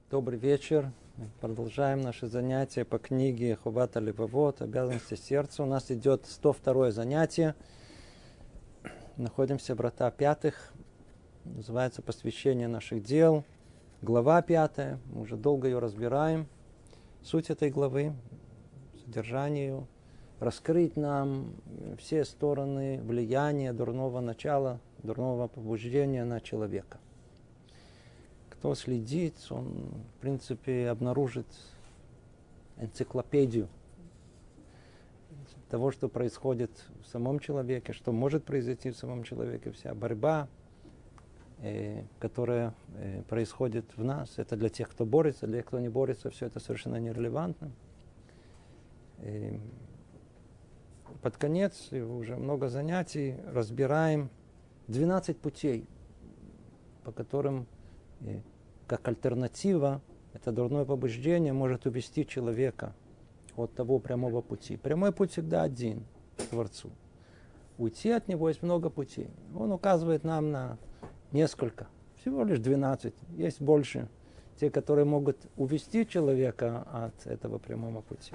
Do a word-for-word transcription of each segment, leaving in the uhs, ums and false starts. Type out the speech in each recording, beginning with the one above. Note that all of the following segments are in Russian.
Добрый вечер. Продолжаем наши занятия по книге Ховат Алевавот, обязанности сердца. У нас идет сто второе занятие. Находимся в врата пятых. Называется посвящение наших дел. Глава пятая. Мы уже долго ее разбираем. Суть этой главы, содержание ее, раскрыть нам все стороны влияния дурного начала, дурного побуждения на человека. Кто следит, он, в принципе, обнаружит энциклопедию того, что происходит в самом человеке, что может произойти в самом человеке. Вся борьба, э, которая э, происходит в нас, это для тех, кто борется, для тех, кто не борется, все это совершенно нерелевантно. Э, под конец, уже много занятий, разбираем двенадцать путей, по которым как альтернатива, это дурное побуждение может увести человека от того прямого пути. Прямой путь всегда один к Творцу. Уйти от него есть много путей. Он указывает нам на несколько, всего лишь двенадцать. Есть больше, те, которые могут увести человека от этого прямого пути.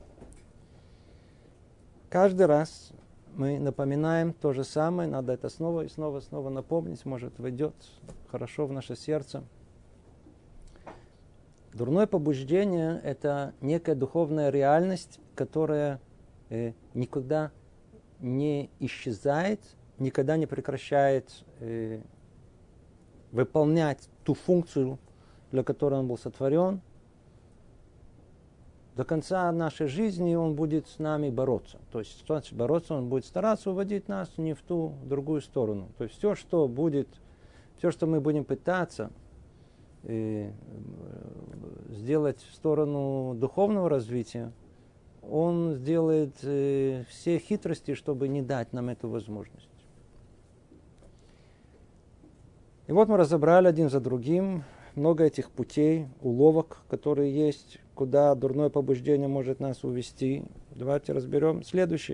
Каждый раз мы напоминаем то же самое, надо это снова и снова, снова напомнить, может, войдет хорошо в наше сердце. Дурное побуждение – это некая духовная реальность, которая э, никогда не исчезает, никогда не прекращает э, выполнять ту функцию, для которой он был сотворен. До конца нашей жизни он будет с нами бороться. То есть, что значит бороться? Он будет стараться уводить нас не в ту, в другую сторону. То есть, все, что будет, все, что мы будем пытаться э, сделать в сторону духовного развития, он сделает э, все хитрости, чтобы не дать нам эту возможность. И вот мы разобрали один за другим много этих путей, уловок, которые есть, куда дурное побуждение может нас увести. Давайте разберем следующее.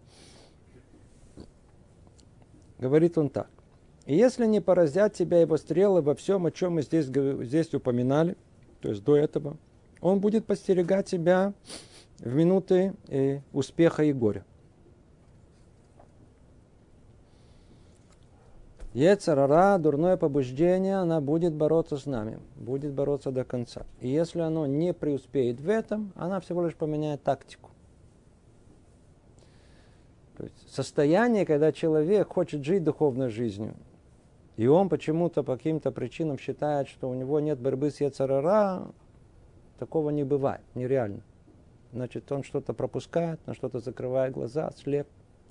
Говорит он так. И если не поразят тебя его стрелы во всем, о чем мы здесь, здесь упоминали, то есть до этого, он будет подстерегать тебя в минуты э, успеха и горя. Йецер ара, дурное побуждение, она будет бороться с нами, будет бороться до конца. И если оно не преуспеет в этом, она всего лишь поменяет тактику. То есть состояние, когда человек хочет жить духовной жизнью, и он почему-то по каким-то причинам считает, что у него нет борьбы с йецер ара, такого не бывает, нереально. Значит, он что-то пропускает, на что-то закрывает глаза, слеп.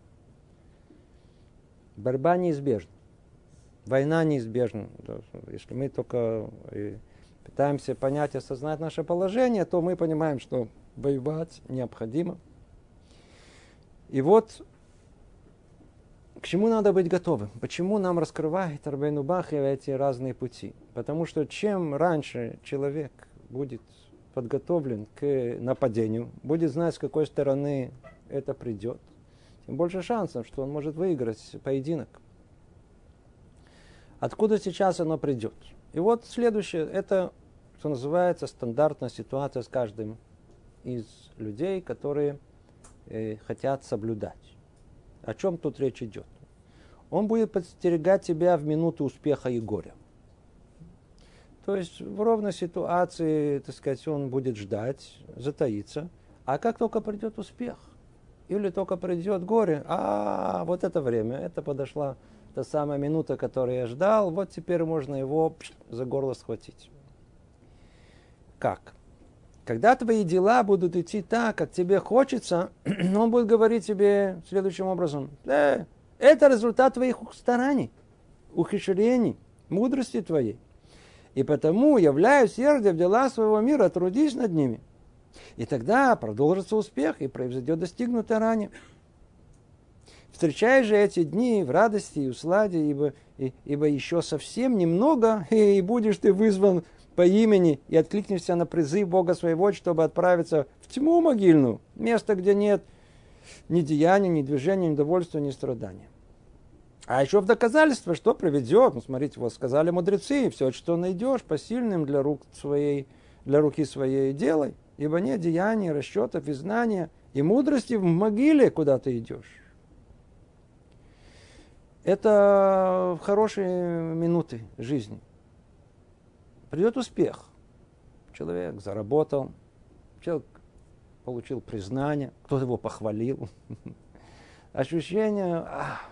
Борьба неизбежна. Война неизбежна. Если мы только пытаемся понять и осознать наше положение, то мы понимаем, что воевать необходимо. И вот к чему надо быть готовым? Почему нам раскрывает Рабейну Бахья эти разные пути? Потому что чем раньше человек будет подготовлен к нападению, будет знать, с какой стороны это придет, тем больше шансов, что он может выиграть поединок. Откуда сейчас оно придет? И вот следующее, это, что называется, стандартная ситуация с каждым из людей, которые э, хотят соблюдать. О чем тут речь идет? Он будет подстерегать тебя в минуты успеха и горя. То есть в ровной ситуации, так сказать, он будет ждать, затаиться, а как только придет успех, или только придет горе, а вот это время, это подошла та самая минута, которую я ждал, вот теперь можно его за горло схватить. Как? Когда твои дела будут идти так, как тебе хочется, он будет говорить тебе следующим образом. Э, это результат твоих стараний, ухищрений, мудрости твоей. И потому являй усердие в дела своего мира, трудись над ними. И тогда продолжится успех и произойдет достигнутое ранее. Встречай же эти дни в радости и усладе, ибо, и, ибо еще совсем немного, и, и будешь ты вызван по имени, и откликнешься на призыв Бога своего, чтобы отправиться в тьму могильную, место, где нет ни деяния, ни движения, ни удовольствия, ни страдания. А еще в доказательство, что приведет, ну, смотрите, вот сказали мудрецы, все, что найдешь, посильным для, рук своей, для руки своей делай, ибо нет деяний, расчетов и знания, и мудрости в могиле, куда ты идешь. Это хорошие минуты жизни. Придет успех. Человек заработал, человек получил признание, кто-то его похвалил. Ощущение...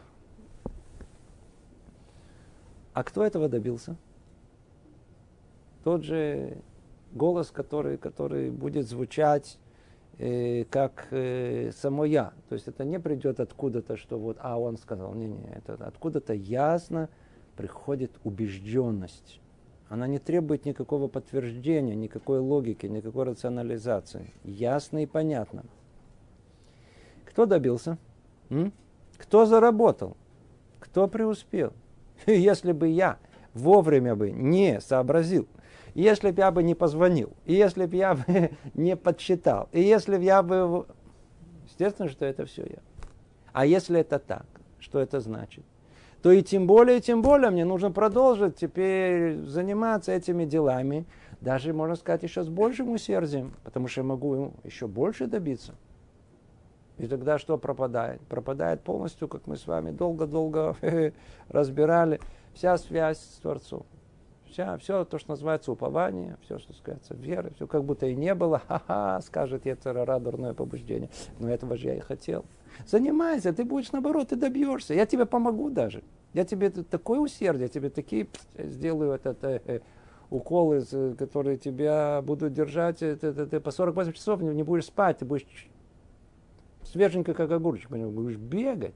А кто этого добился? Тот же голос, который, который будет звучать э, как э, само я. То есть это не придет откуда-то, что вот, а он сказал. Не-не, это откуда-то ясно приходит убежденность. Она не требует никакого подтверждения, никакой логики, никакой рационализации. Ясно и понятно. Кто добился? М? Кто заработал? Кто преуспел? Если бы я вовремя бы не сообразил, если бы я бы не позвонил, и если бы я бы не подсчитал, и если бы я бы... Естественно, что это все я. А если это так, что это значит? То и тем более, тем более мне нужно продолжить теперь заниматься этими делами, даже, можно сказать, еще с большим усердием, потому что я могу еще больше добиться. И тогда что пропадает? Пропадает полностью, как мы с вами долго-долго разбирали, вся связь с Творцом. Вся, все то, что называется упование, все, что называется вера, все как будто и не было. Ха-ха, скажет йецер ара, дурное побуждение. Но этого же я и хотел. Занимайся, ты будешь наоборот, ты добьешься. Я тебе помогу даже. Я тебе такое усердие, я тебе такие сделаю этот э, уколы, которые тебя будут держать. Ты, ты, ты по сорок восемь часов не, не будешь спать, ты будешь свеженько, как огурчик, будешь бегать.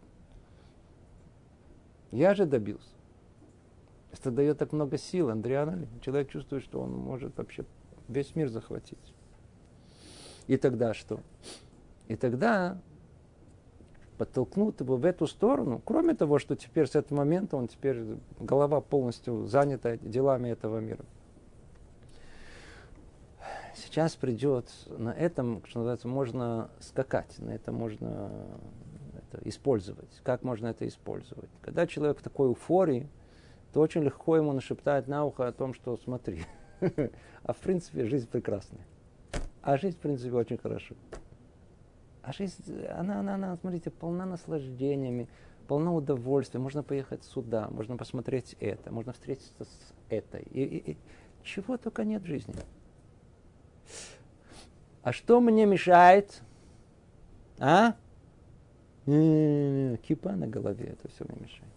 Я же добился. Это дает так много сил, Андриана. Человек чувствует, что он может вообще весь мир захватить. И тогда что? И тогда подтолкнут его в эту сторону. Кроме того, что теперь с этого момента он теперь голова полностью занята делами этого мира. Сейчас придет, на этом, что называется, можно скакать, на этом можно это использовать. Как можно это использовать? Когда человек в такой эйфории, то очень легко ему нашептать на ухо о том, что смотри, а в принципе жизнь прекрасная. А жизнь в принципе очень хорошо. А жизнь, она, она, она, смотрите, полна наслаждениями, полна удовольствия. Можно поехать сюда, можно посмотреть это, можно встретиться с этой. И, и, и чего только нет в жизни. А что мне мешает? А? Кипа на голове, это все мне мешает.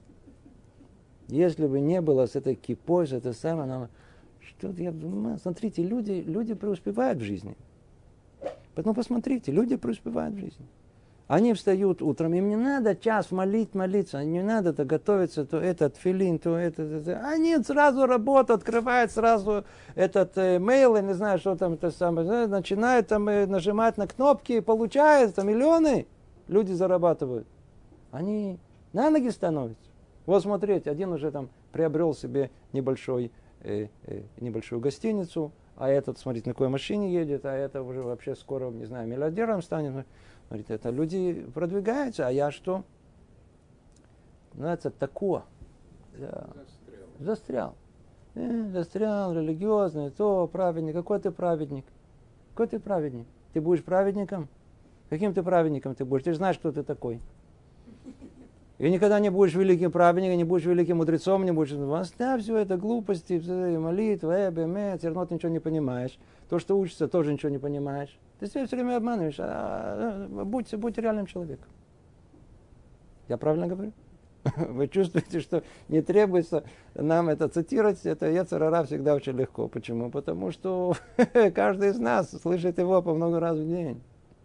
Если бы не было с этой кипой, с этой самой, она... что я думаю, смотрите, люди, люди преуспевают в жизни. Поэтому посмотрите, люди преуспевают в жизни. Они встают утром, им не надо час молить, молиться, не надо то готовиться, то этот филин, то этот, это. Они сразу работу открывают, сразу этот э, мейл, я не знаю, что там, это самое, начинают там э, нажимать на кнопки, получают там миллионы, люди зарабатывают. Они на ноги становятся. Вот смотрите, один уже там приобрел себе небольшой, э, э, небольшую гостиницу, а этот, смотрите, на какой машине едет, а это уже вообще скоро, не знаю, миллиардером станет. Смотрите, это люди продвигаются, а я что? Ну, это такое. Я застрял. Застрял. Э, застрял, религиозный, то праведник. Какой ты праведник? Какой ты праведник? Ты будешь праведником? Каким ты праведником ты будешь? Ты же знаешь, кто ты такой. И никогда не будешь великим праведником, не будешь великим мудрецом, не будешь... Да, все это глупости, молитва, эбе, мэ, все равно ты ничего не понимаешь. То, что учишься, тоже ничего не понимаешь. Ты себя все время обманываешь. А, будь, будь реальным человеком. Я правильно говорю? Вы чувствуете, что не требуется нам это цитировать, это йецер ара всегда очень легко. Почему? Потому что каждый из нас слышит его по много раз в день.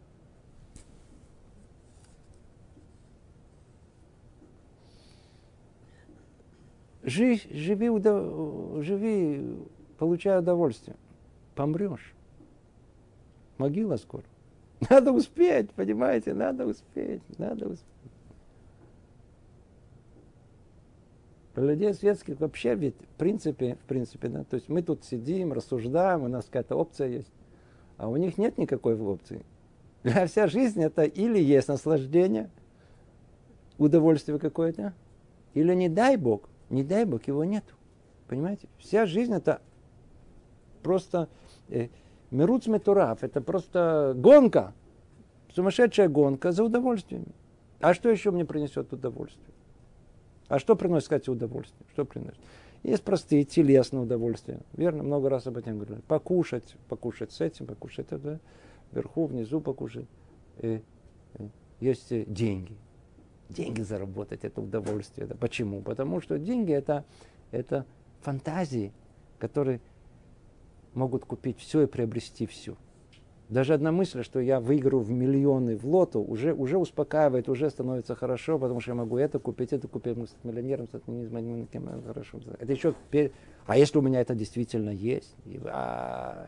Жи, живи, удов... живи, получай удовольствие. Помрешь. Могила скоро. Надо успеть, понимаете? Надо успеть, надо успеть. Про людей светских вообще ведь в принципе, в принципе, да, то есть мы тут сидим, рассуждаем, у нас какая-то опция есть, а у них нет никакой опции. Вся жизнь это или есть наслаждение, удовольствие какое-то, Или не дай Бог, не дай Бог, его нету. Понимаете? Вся жизнь это просто э, мируц метурав, это просто гонка, сумасшедшая гонка за удовольствием. А что еще мне принесет удовольствие? А что приносит, кстати, удовольствие? Что приносит? Есть простые телесные удовольствия. Верно, много раз об этом говорили. Покушать, покушать с этим, покушать это, вверху, внизу покушать. И, и, есть деньги. Деньги заработать, это удовольствие. Это почему? Потому что деньги это, это фантазии, которые могут купить все и приобрести все. Даже одна мысль, что я выиграю в миллионы в лото, уже, уже успокаивает, уже становится хорошо, потому что я могу это купить, это купить, мы стать миллионером, стать министром, хорошо. Это еще, а если у меня это действительно есть? А...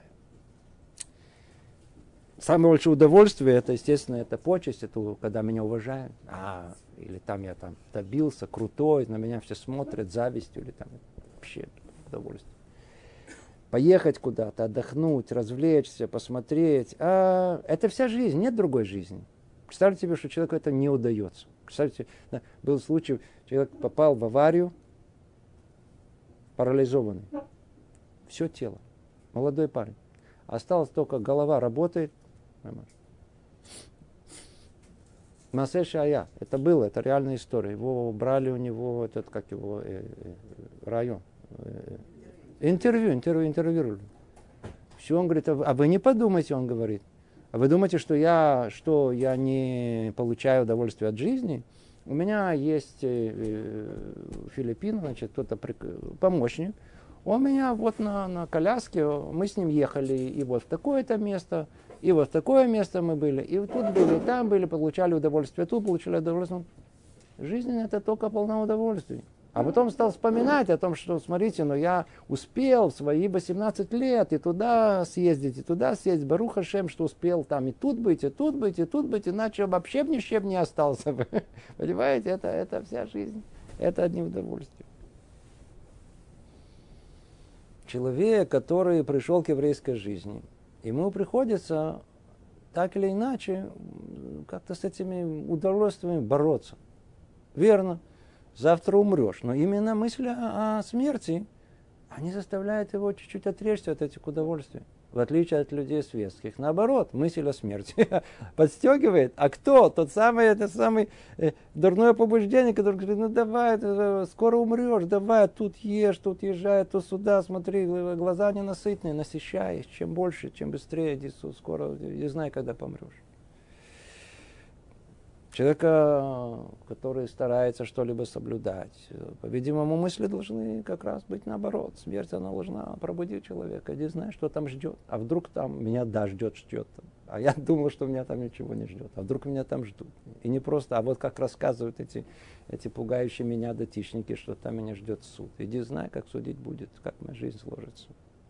Самое большое удовольствие, это, естественно, это почесть, это когда меня уважают. А, или там я там добился, крутой, на меня все смотрят завистью, или там вообще удовольствие. Поехать куда-то, отдохнуть, развлечься, посмотреть. А это вся жизнь, нет другой жизни. Представьте себе, что человеку это не удается. Представьте, да, был случай, человек попал в аварию, парализованный. Все тело. Молодой парень. Осталось только голова работает. Маасе ше'ая. Это было, это реальная история. Его брали у него, этот, как его, э, э, район. Э, Интервью, интервью, интервьюировали. Все, он говорит, а вы не подумайте, он говорит. А вы думаете, что я, что я не получаю удовольствие от жизни? У меня есть э, Филиппин, значит, кто-то помощник. Он меня вот на, на коляске, мы с ним ехали и вот в такое-то место, и вот в такое место мы были, и вот тут были, и там были, получали удовольствие, тут получали удовольствие. Жизнь это только полна удовольствия. А потом стал вспоминать о том, что, смотрите, но я успел в свои восемнадцать лет и туда съездить, и туда съездить. Барух Ашем, что успел там и тут быть, и тут быть, и тут быть, иначе вообще бы ни с чем не остался бы. Понимаете, это, это вся жизнь. Это одни удовольствия. Человек, который пришел к еврейской жизни, ему приходится так или иначе как-то с этими удовольствиями бороться. Верно. Завтра умрешь. Но именно мысли о, о смерти, они заставляют его чуть-чуть отречься от этих удовольствий. В отличие от людей светских. Наоборот, мысль о смерти подстегивает. А кто? Тот самый, это самый э, дурное побуждение, которое говорит, ну давай, э, скоро умрешь, давай, тут ешь, тут езжай, то сюда, смотри, глаза ненасытные, насыщай. Чем больше, чем быстрее, иди, скоро, не знай, когда помрешь. Человека, который старается что-либо соблюдать, по-видимому, мысли должны как раз быть наоборот. Смерть, она должна пробудить человека. Иди, знаешь, что там ждет. А вдруг там меня да ждет, ждет. А я думал, что меня там ничего не ждет. А вдруг меня там ждут. И не просто, а вот как рассказывают эти, эти пугающие меня датичники, что там меня ждет суд. Иди, знай, как судить будет, как моя жизнь сложится.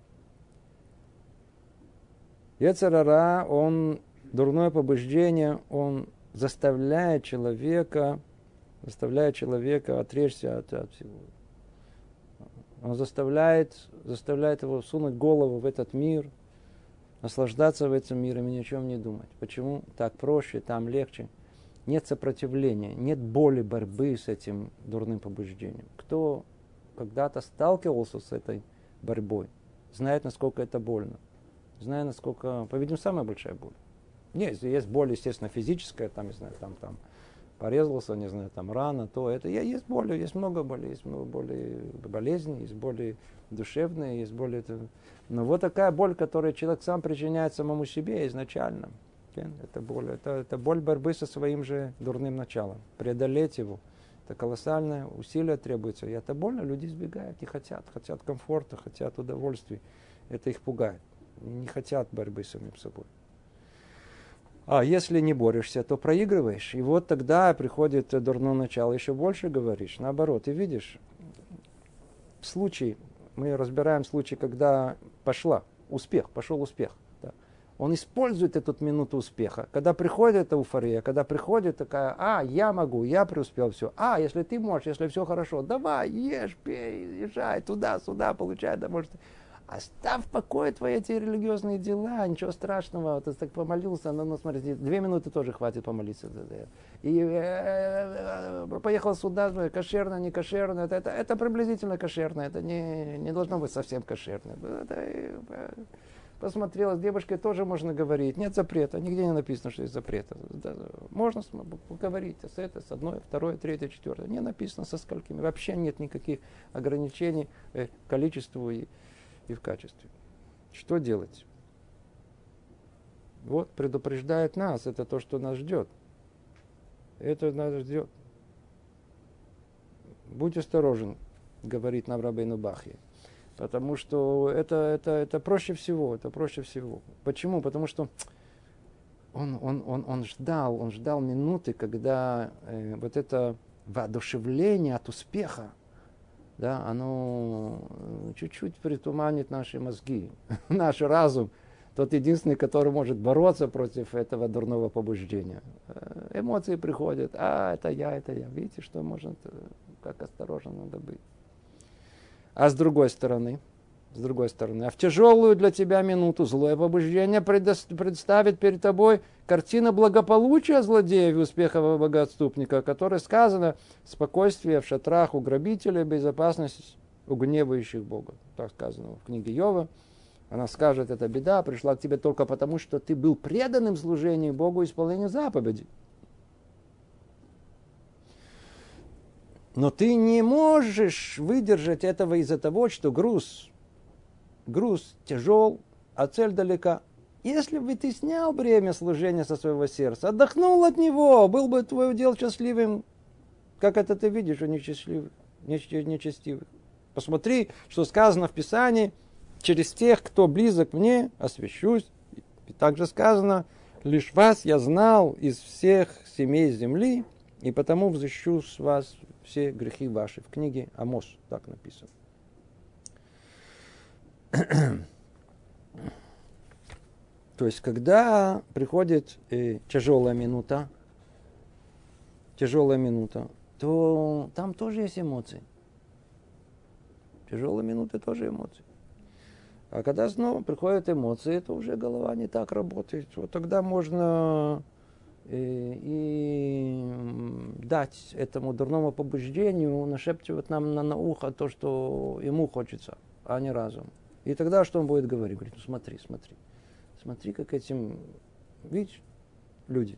Йецер ара, он, дурное побуждение, он заставляет человека, заставляет человека отречься от, от всего. Он заставляет, заставляет его сунуть голову в этот мир, наслаждаться в этом мире и ни о чем не думать. Почему? Так проще, там легче. Нет сопротивления, нет боли, борьбы с этим дурным побуждением. Кто когда-то сталкивался с этой борьбой, знает, насколько это больно. Знает, насколько, по-видимому, самая большая боль. Нет, есть боль, естественно, физическая, там, не знаю, там, там порезался, не знаю, там рана, то это. Есть боль, есть много боли, есть много боли болезней, есть боли душевные, есть боли. Это... Но вот такая боль, которую человек сам причиняет самому себе изначально. Это боль, это, это боль борьбы со своим же дурным началом. Преодолеть его. Это колоссальное усилие требуется. И это больно, люди избегают, не хотят. Хотят комфорта, хотят удовольствий. Это их пугает. Не хотят борьбы с самим собой. А если не борешься, то проигрываешь. И вот тогда приходит дурное начало, еще больше говоришь. Наоборот, и видишь, случай, мы разбираем случай, когда пошла, успех, пошел успех. Да. Он использует эту минуту успеха. Когда приходит эта эйфория, когда приходит такая, а, я могу, я преуспел, все. А, если ты можешь, если все хорошо, давай, ешь, пей, езжай туда-сюда, получай удовольствие. Оставь в покое твои эти религиозные дела, ничего страшного. Ты так помолился, ну, ну смотри, две минуты тоже хватит помолиться. И э, э, поехал сюда, кошерно, не кошерно. Это, это, это приблизительно кошерно, это не, не должно быть совсем кошерно. Это, э, посмотрел, с девушкой тоже можно говорить. Нет запрета, нигде не написано, что есть запрет. Можно поговорить с этой, с одной, второй, третьей, четвертой. Не написано со сколькими. Вообще нет никаких ограничений э, количеству и и в качестве. Что делать? Вот предупреждает нас, это то, что нас ждет. Это нас ждет. Будь осторожен, говорит нам Рабейну Бахья. Потому что это, это, это проще всего, это проще всего. Почему? Потому что он, он, он, он ждал, он ждал минуты, когда э, вот это воодушевление от успеха, да, оно чуть-чуть притуманит наши мозги, наш разум. Тот единственный, который может бороться против этого дурного побуждения. Эмоции приходят, а, это я, это я. Видите, что может, как осторожно надо быть. А с другой стороны, с другой стороны, а в тяжелую для тебя минуту злое побуждение представит перед тобой картина благополучия злодеев и успеха богоотступника, о которой сказано: спокойствие в шатрах у грабителей, безопасность у гневающих Бога. Так сказано в книге Йова. Она скажет: эта беда пришла к тебе только потому, что ты был преданным служению Богу и исполнению заповедей. Но ты не можешь выдержать этого из-за того, что груз Груз тяжел, а цель далека. Если бы ты снял бремя служения со своего сердца, отдохнул от него, был бы твой удел счастливым, как это ты видишь у нечестивых. нечестивых. Посмотри, что сказано в Писании: через тех, кто близок мне, освящусь. И также сказано: лишь вас я знал из всех семей земли, и потому взыщу с вас все грехи ваши. В книге Амос так написано. То есть, когда приходит э, тяжелая минута, тяжелая минута, то там тоже есть эмоции. Тяжелые минуты тоже эмоции. А когда снова приходят эмоции, то уже голова не так работает. Вот тогда можно э, и дать этому дурному побуждению нашептывать нам на, на ухо то, что ему хочется, а не разум. И тогда что он будет говорить? Говорит: ну смотри, смотри. Смотри, как этим, видишь, люди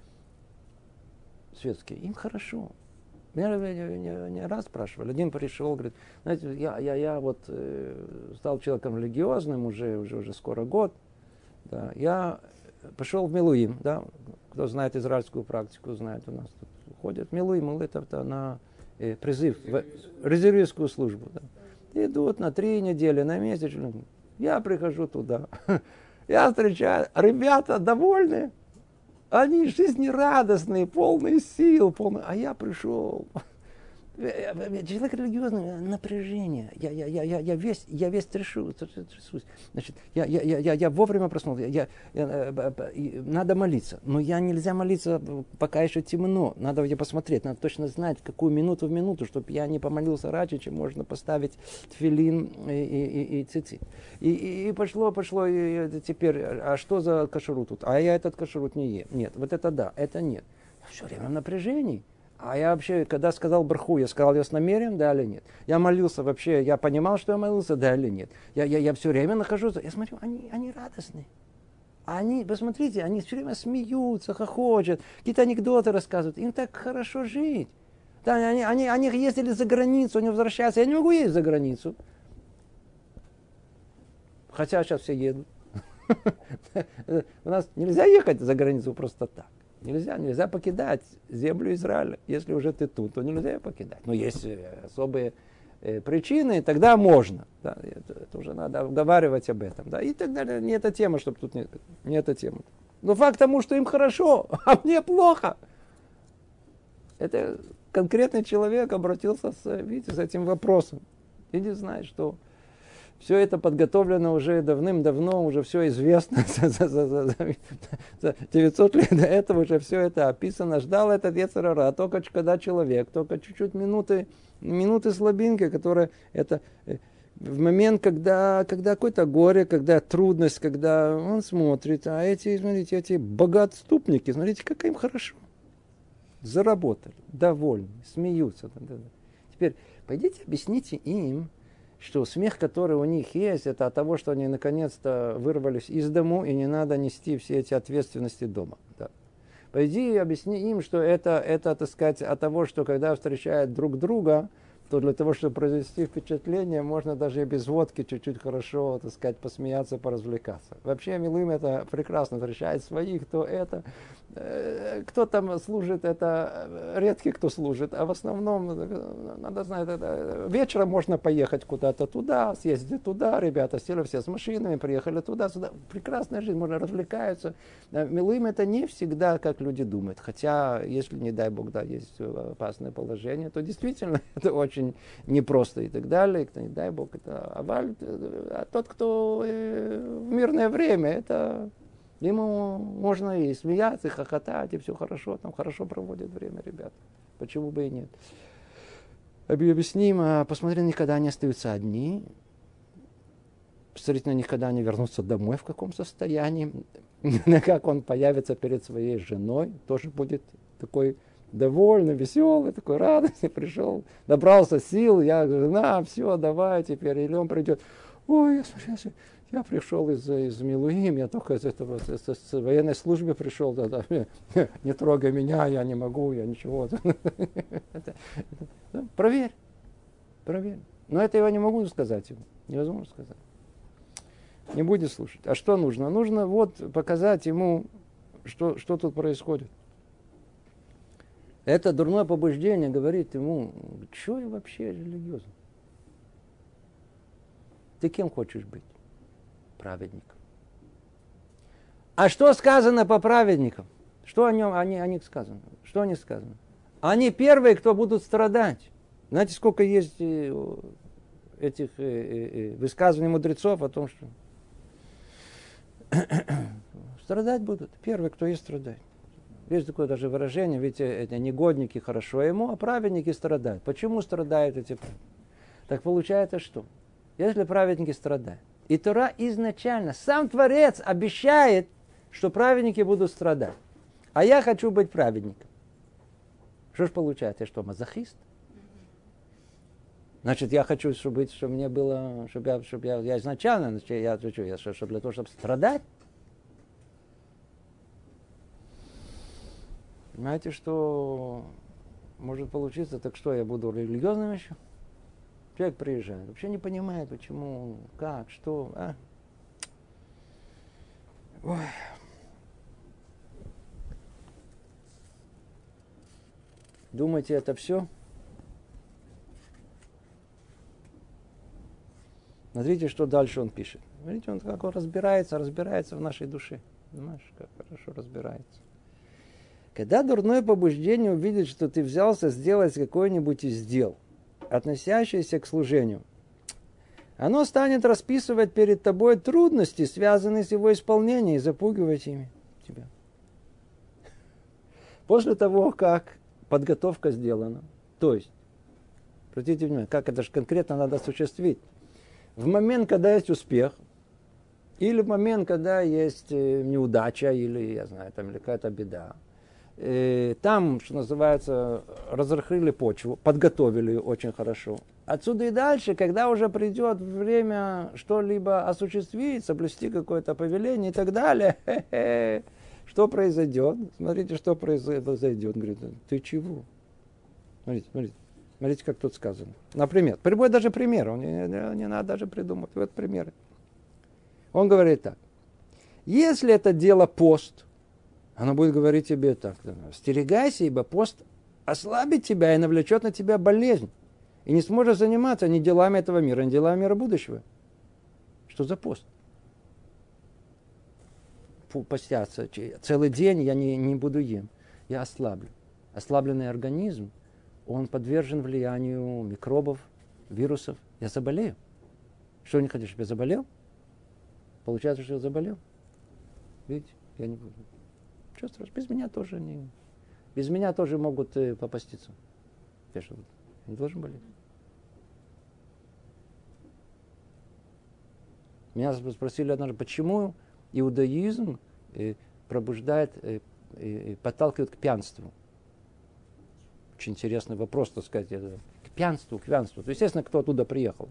светские, им хорошо. Меня не, не раз спрашивали. Один пришел, говорит: знаете, я, я, я вот э, стал человеком религиозным, уже, уже, уже скоро год. Да, я пошел в Милуим, да, кто знает израильскую практику, знает, у нас тут ходят Милуим, это, это на э, призыв, в резервистскую службу. Да. Идут на три недели, на месяц. Я прихожу туда. Я встречаю. Ребята довольны. Они жизнерадостные, полные сил. Полные... А я пришел. Человек религиозный, напряжение. Я, я, я, я, я весь, я весь трясусь. Значит, я, я, я, я вовремя проснулся. Я, я, надо молиться. Но я нельзя молиться, пока еще темно. Надо я посмотреть. Надо точно знать, какую минуту в минуту, чтобы я не помолился раньше, чем можно поставить тфилин и, и, и, и цицит. И, и, и пошло, пошло. И теперь, а что за кашрут тут? А я этот кашрут не ем. Нет, вот это да, это нет. Все время в напряжении. А я вообще, когда сказал браху, я сказал ее с намерением, да или нет? Я молился вообще, я понимал, что я молился, да или нет? Я, я, я все время нахожусь, я смотрю, они, они радостные. Они, посмотрите, они все время смеются, хохочут, какие-то анекдоты рассказывают. Им так хорошо жить. Да, они, они, они ездили за границу, они возвращаются. Я не могу ездить за границу. Хотя сейчас все едут. У нас нельзя ехать за границу просто так. Нельзя, нельзя покидать землю Израиля. Если уже ты тут, то нельзя ее покидать. Но есть особые э, причины, тогда можно. Да, это, это уже надо обговаривать об этом. Да, и так далее. Не эта тема, чтобы тут не, не эта тема. Но факт тому, что им хорошо, а мне плохо. Это конкретный человек обратился с, видите, с этим вопросом. И не знает, что все это подготовлено уже давным-давно, уже все известно. За девятьсот лет до этого уже все это описано. Ждал этот йецер ара. Только когда человек, только чуть-чуть минуты, минуты слабинки, которые это в момент, когда, когда какое-то горе, когда трудность, когда он смотрит, а эти, смотрите, эти богоотступники, смотрите, как им хорошо. Заработали, довольны, смеются. Теперь пойдите объясните им, что смех, который у них есть, это от того, что они наконец-то вырвались из дому, и не надо нести все эти ответственности дома. Да. Пойди и объясни им, что это, это, так сказать, от того, что когда встречают друг друга, то для того, чтобы произвести впечатление, можно даже и без водки чуть-чуть хорошо, так сказать, посмеяться, поразвлекаться. Вообще, милым это прекрасно встречает своих, кто это, э, кто там служит, это редкий кто служит, а в основном, надо знать, это, вечером можно поехать куда-то туда, съездить туда, ребята сели все с машинами, приехали туда-сюда. Прекрасная жизнь, можно развлекаются. Милым это не всегда, как люди думают. Хотя, если, не дай бог, да, есть опасное положение, то действительно это очень очень непросто и так далее, не дай бог, это аваль, а тот, кто э, в мирное время, это ему можно и смеяться, и хохотать, и все хорошо, там хорошо проводят время, ребята. Почему бы и нет? Объясним, посмотри, никогда они остаются одни, посмотрите на них, когда они вернутся домой, в каком состоянии, как он появится перед своей женой, тоже будет такой довольный, веселый, такой радостный, пришел, набрался сил, я жена, все, давай теперь, или он придет, ой, я, смотри, я пришел из, из Милуим, я только из этого, с, с, с военной службы пришел, да, да, не трогай меня, я не могу, я ничего. Проверь, проверь. Но это я не могу сказать ему, невозможно сказать. Не будет слушать. А что нужно? Нужно вот показать ему, что, что тут происходит. Это дурное побуждение говорит ему, что я вообще религиозный? Ты кем хочешь быть? Праведником. А что сказано по праведникам? Что о, нем, о, них, о них сказано? Что о них сказано? Они первые, кто будут страдать. Знаете, сколько есть этих высказываний мудрецов о том, что страдать будут. Первые, кто есть, страдает. Есть такое даже выражение, ведь эти негодники хорошо ему, а праведники страдают. Почему страдают эти праведники? Так получается что? Если праведники страдают, и Тора изначально, сам Творец обещает, что праведники будут страдать, а я хочу быть праведником. Что ж получается? Я что, мазохист? Значит, я хочу, чтобы, быть, чтобы мне было, чтобы я, чтобы я, я изначально, значит, я, я, я, чтобы для того, чтобы страдать. Понимаете, что может получиться, так что я буду религиозным еще? Человек приезжает, вообще не понимает, почему, как, что. А? Ой. Думаете, это все? Смотрите, что дальше он пишет. Смотрите, он как он разбирается, разбирается в нашей душе. Понимаешь, как хорошо разбирается. Когда дурное побуждение увидит, что ты взялся сделать какой-нибудь из дел, относящийся к служению, оно станет расписывать перед тобой трудности, связанные с его исполнением, и запугивать ими тебя. После того, как подготовка сделана, то есть, обратите внимание, как это же конкретно надо осуществить, в момент, когда есть успех, или в момент, когда есть неудача, или, я знаю, там, или какая-то беда, там, что называется, разрыхлили почву, подготовили ее очень хорошо. Отсюда и дальше, когда уже придет время что-либо осуществить, соблюсти какое-то повеление и так далее, хе-хе, что произойдет? Смотрите, что произойдет. Говорит, ты чего? Смотрите, смотрите. Смотрите, как тут сказано. Например, приводит даже пример, не, не, не надо даже придумать. Вот примеры. Он говорит так. Если это дело пост, оно будет говорить тебе так. Остерегайся, ибо пост ослабит тебя и навлечет на тебя болезнь. И не сможешь заниматься ни делами этого мира, ни делами мира будущего. Что за пост? Фу, постятся. Целый день я не, не буду ем. Я ослаблю. Ослабленный организм, он подвержен влиянию микробов, вирусов. Я заболею. Что не хотишь, чтобы я заболел? Получается, что я заболел. Видите, я не буду. Что страшно? Без меня тоже не... Без меня тоже могут э, попаститься. Я что, не должен болеть? Меня спросили однажды, почему иудаизм пробуждает, подталкивает к пьянству. Очень интересный вопрос, так сказать. К пьянству, к пьянству. То, естественно, кто оттуда приехал.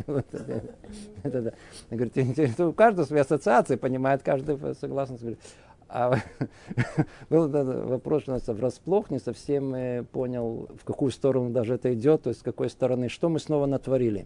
Говорит, у каждого свои ассоциации, понимает, каждый согласно. А был вопрос, что нас врасплох, не совсем понял, в какую сторону даже это идет, то есть с какой стороны, что мы снова натворили.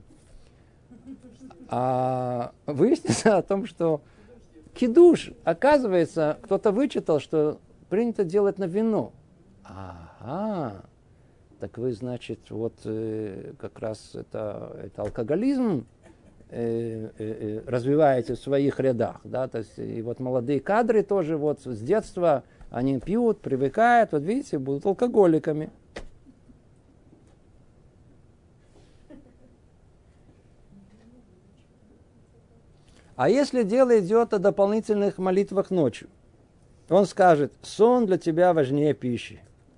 А выяснится о том, что кидуш, оказывается, кто-то вычитал, что принято делать на вино. Ага. Так вы, значит, вот э, как раз это, это алкоголизм э, э, развиваете в своих рядах, да, то есть и вот молодые кадры тоже вот с детства они пьют, привыкают, вот видите, будут алкоголиками. А если дело идет о дополнительных молитвах ночью, он скажет, сон для тебя важнее пищи.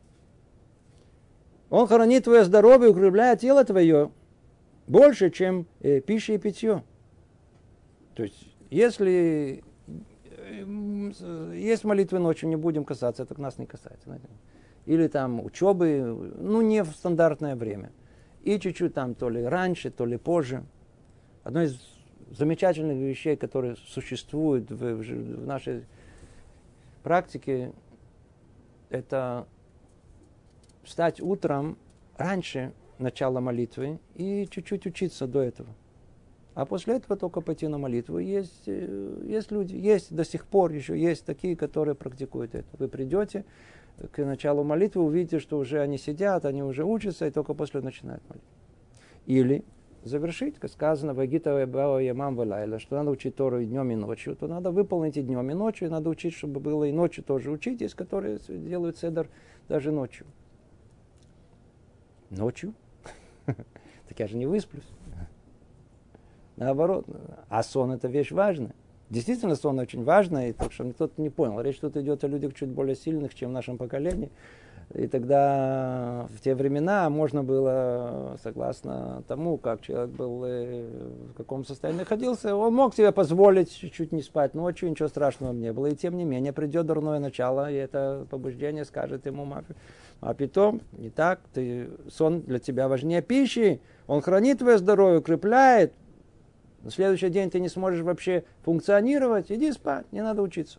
Он хранит твое здоровье, укрепляет тело твое больше, чем э, пища и питье. То есть, если э, есть молитвы ночью, не будем касаться, это нас не касается. Знаете. Или там учебы, ну не в стандартное время. И чуть-чуть там то ли раньше, то ли позже. Одно из замечательных вещей, которые существуют в, в, в нашей практике, это встать утром раньше начала молитвы и чуть-чуть учиться до этого. А после этого только пойти на молитву. Есть, есть люди, есть до сих пор еще есть такие, которые практикуют это. Вы придете к началу молитвы, увидите, что уже они сидят, они уже учатся, и только после начинают молитву. Или завершить, как сказано, «Вагита бао ямам валайла», что надо учить Тору и днем, и ночью, то надо выполнить и днем, и ночью, и надо учить, чтобы было и ночью тоже учить. Есть, которые делают седер даже ночью. Ночью? Так я же не высплюсь. Наоборот. А сон это вещь важная. Действительно, сон очень важный, так что кто-то не понял. Речь тут идет о людях чуть более сильных, чем в нашем поколении. И тогда в те времена можно было, согласно тому, как человек был, в каком состоянии находился, он мог себе позволить чуть-чуть не спать ночью, ничего страшного не было. И тем не менее придет дурное начало, и это побуждение скажет ему: а потом, не так, ты, сон для тебя важнее пищи, он хранит твое здоровье, укрепляет. На следующий день ты не сможешь вообще функционировать, иди спать, не надо учиться.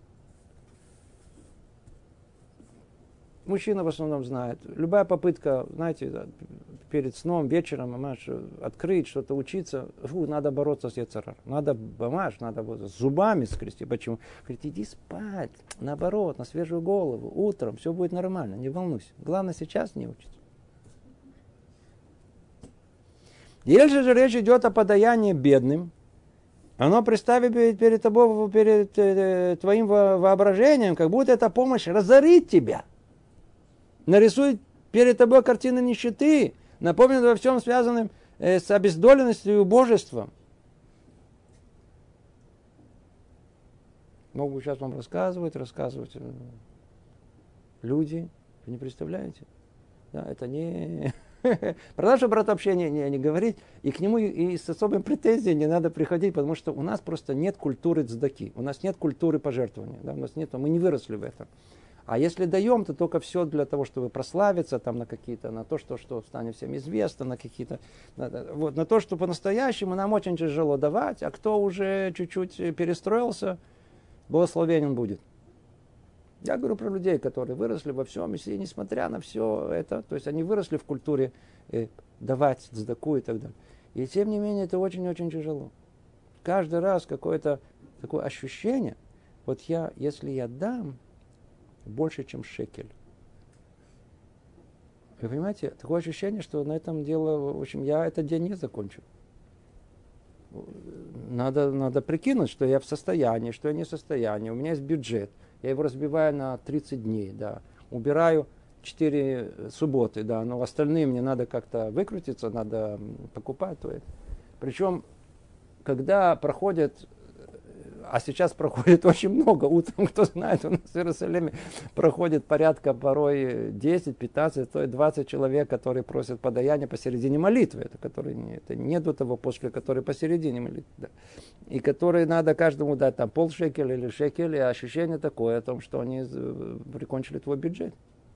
Мужчина в основном знает. Любая попытка, знаете, перед сном, вечером, мамаш, открыть, что-то учиться, фу, надо бороться с яцерар. Надо, мамаш, надо с зубами скрести. Почему? Говорит, иди спать. Наоборот, на свежую голову. Утром все будет нормально, не волнуйся. Главное сейчас не учиться. Если же речь идет о подаянии бедным, оно представит перед тобой, перед твоим воображением, как будто эта помощь разорит тебя. Нарисует перед тобой картины нищеты, напомнит во всем связанном с обездоленностью и убожеством. Могу сейчас вам рассказывать, рассказывать. Люди, вы не представляете? Да, это не... Про нашего брата вообще не, не, не говорить, и к нему и, и с особой претензией не надо приходить, потому что у нас просто нет культуры цдаки, у нас нет культуры пожертвования, да, у нас нет, мы не выросли в этом. А если даем, то только все для того, чтобы прославиться там, на какие-то, на то, что, что станет всем известно, на какие-то, на, вот, на то, что по-настоящему нам очень тяжело давать, а кто уже чуть-чуть перестроился, благословенен будет. Я говорю про людей, которые выросли во всем, и несмотря на все это, то есть они выросли в культуре э, давать цдаку и так далее. И тем не менее это очень-очень тяжело. Каждый раз какое-то такое ощущение, вот я, если я дам больше, чем шекель. Вы понимаете, такое ощущение, что на этом дело, в общем, я этот день не закончу. Надо, надо прикинуть, что я в состоянии, что я не в состоянии. У меня есть бюджет. Я его разбиваю на тридцать дней, да. Убираю четыре субботы, да. Но остальные мне надо как-то выкрутиться, надо покупать. То это. Причем, когда проходит а сейчас проходит очень много. Утром, кто знает, у нас в Иерусалиме проходит порядка порой десять, пятнадцать, то и двадцать человек, которые просят подаяние посередине молитвы. Это, которые, это не до того, после которой посередине молитвы. Да. И которые надо каждому дать там полшекеля или шекеля, и ощущение такое о том, что они прикончили твой бюджет.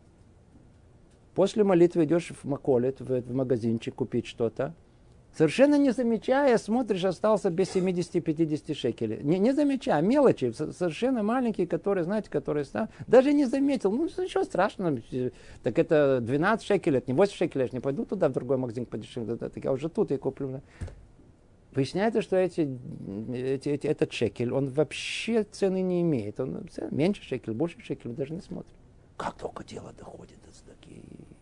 После молитвы идешь в маколет, в, в магазинчик купить что-то. Совершенно не замечая, смотришь, остался без семьдесят-пятьдесят шекелей. Не, не замечая, мелочи, совершенно маленькие, которые, знаете, которые стали, даже не заметил. Ну, ничего страшного. Так это двенадцать шекелей, это не восемь шекелей, я же не пойду туда, в другой магазин подешевле. Так я уже тут и куплю. Выясняется, что эти, эти, эти, этот шекель, он вообще цены не имеет. Он меньше шекель, больше шекель, даже не смотрит. Как только дело доходит до таких...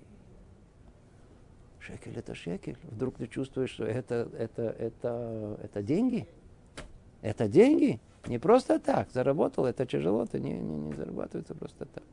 Шекель это шекель. Вдруг ты чувствуешь, что это, это, это, это деньги. Это деньги. Не просто так. Заработал, это тяжело, это не, не, не зарабатывается просто так.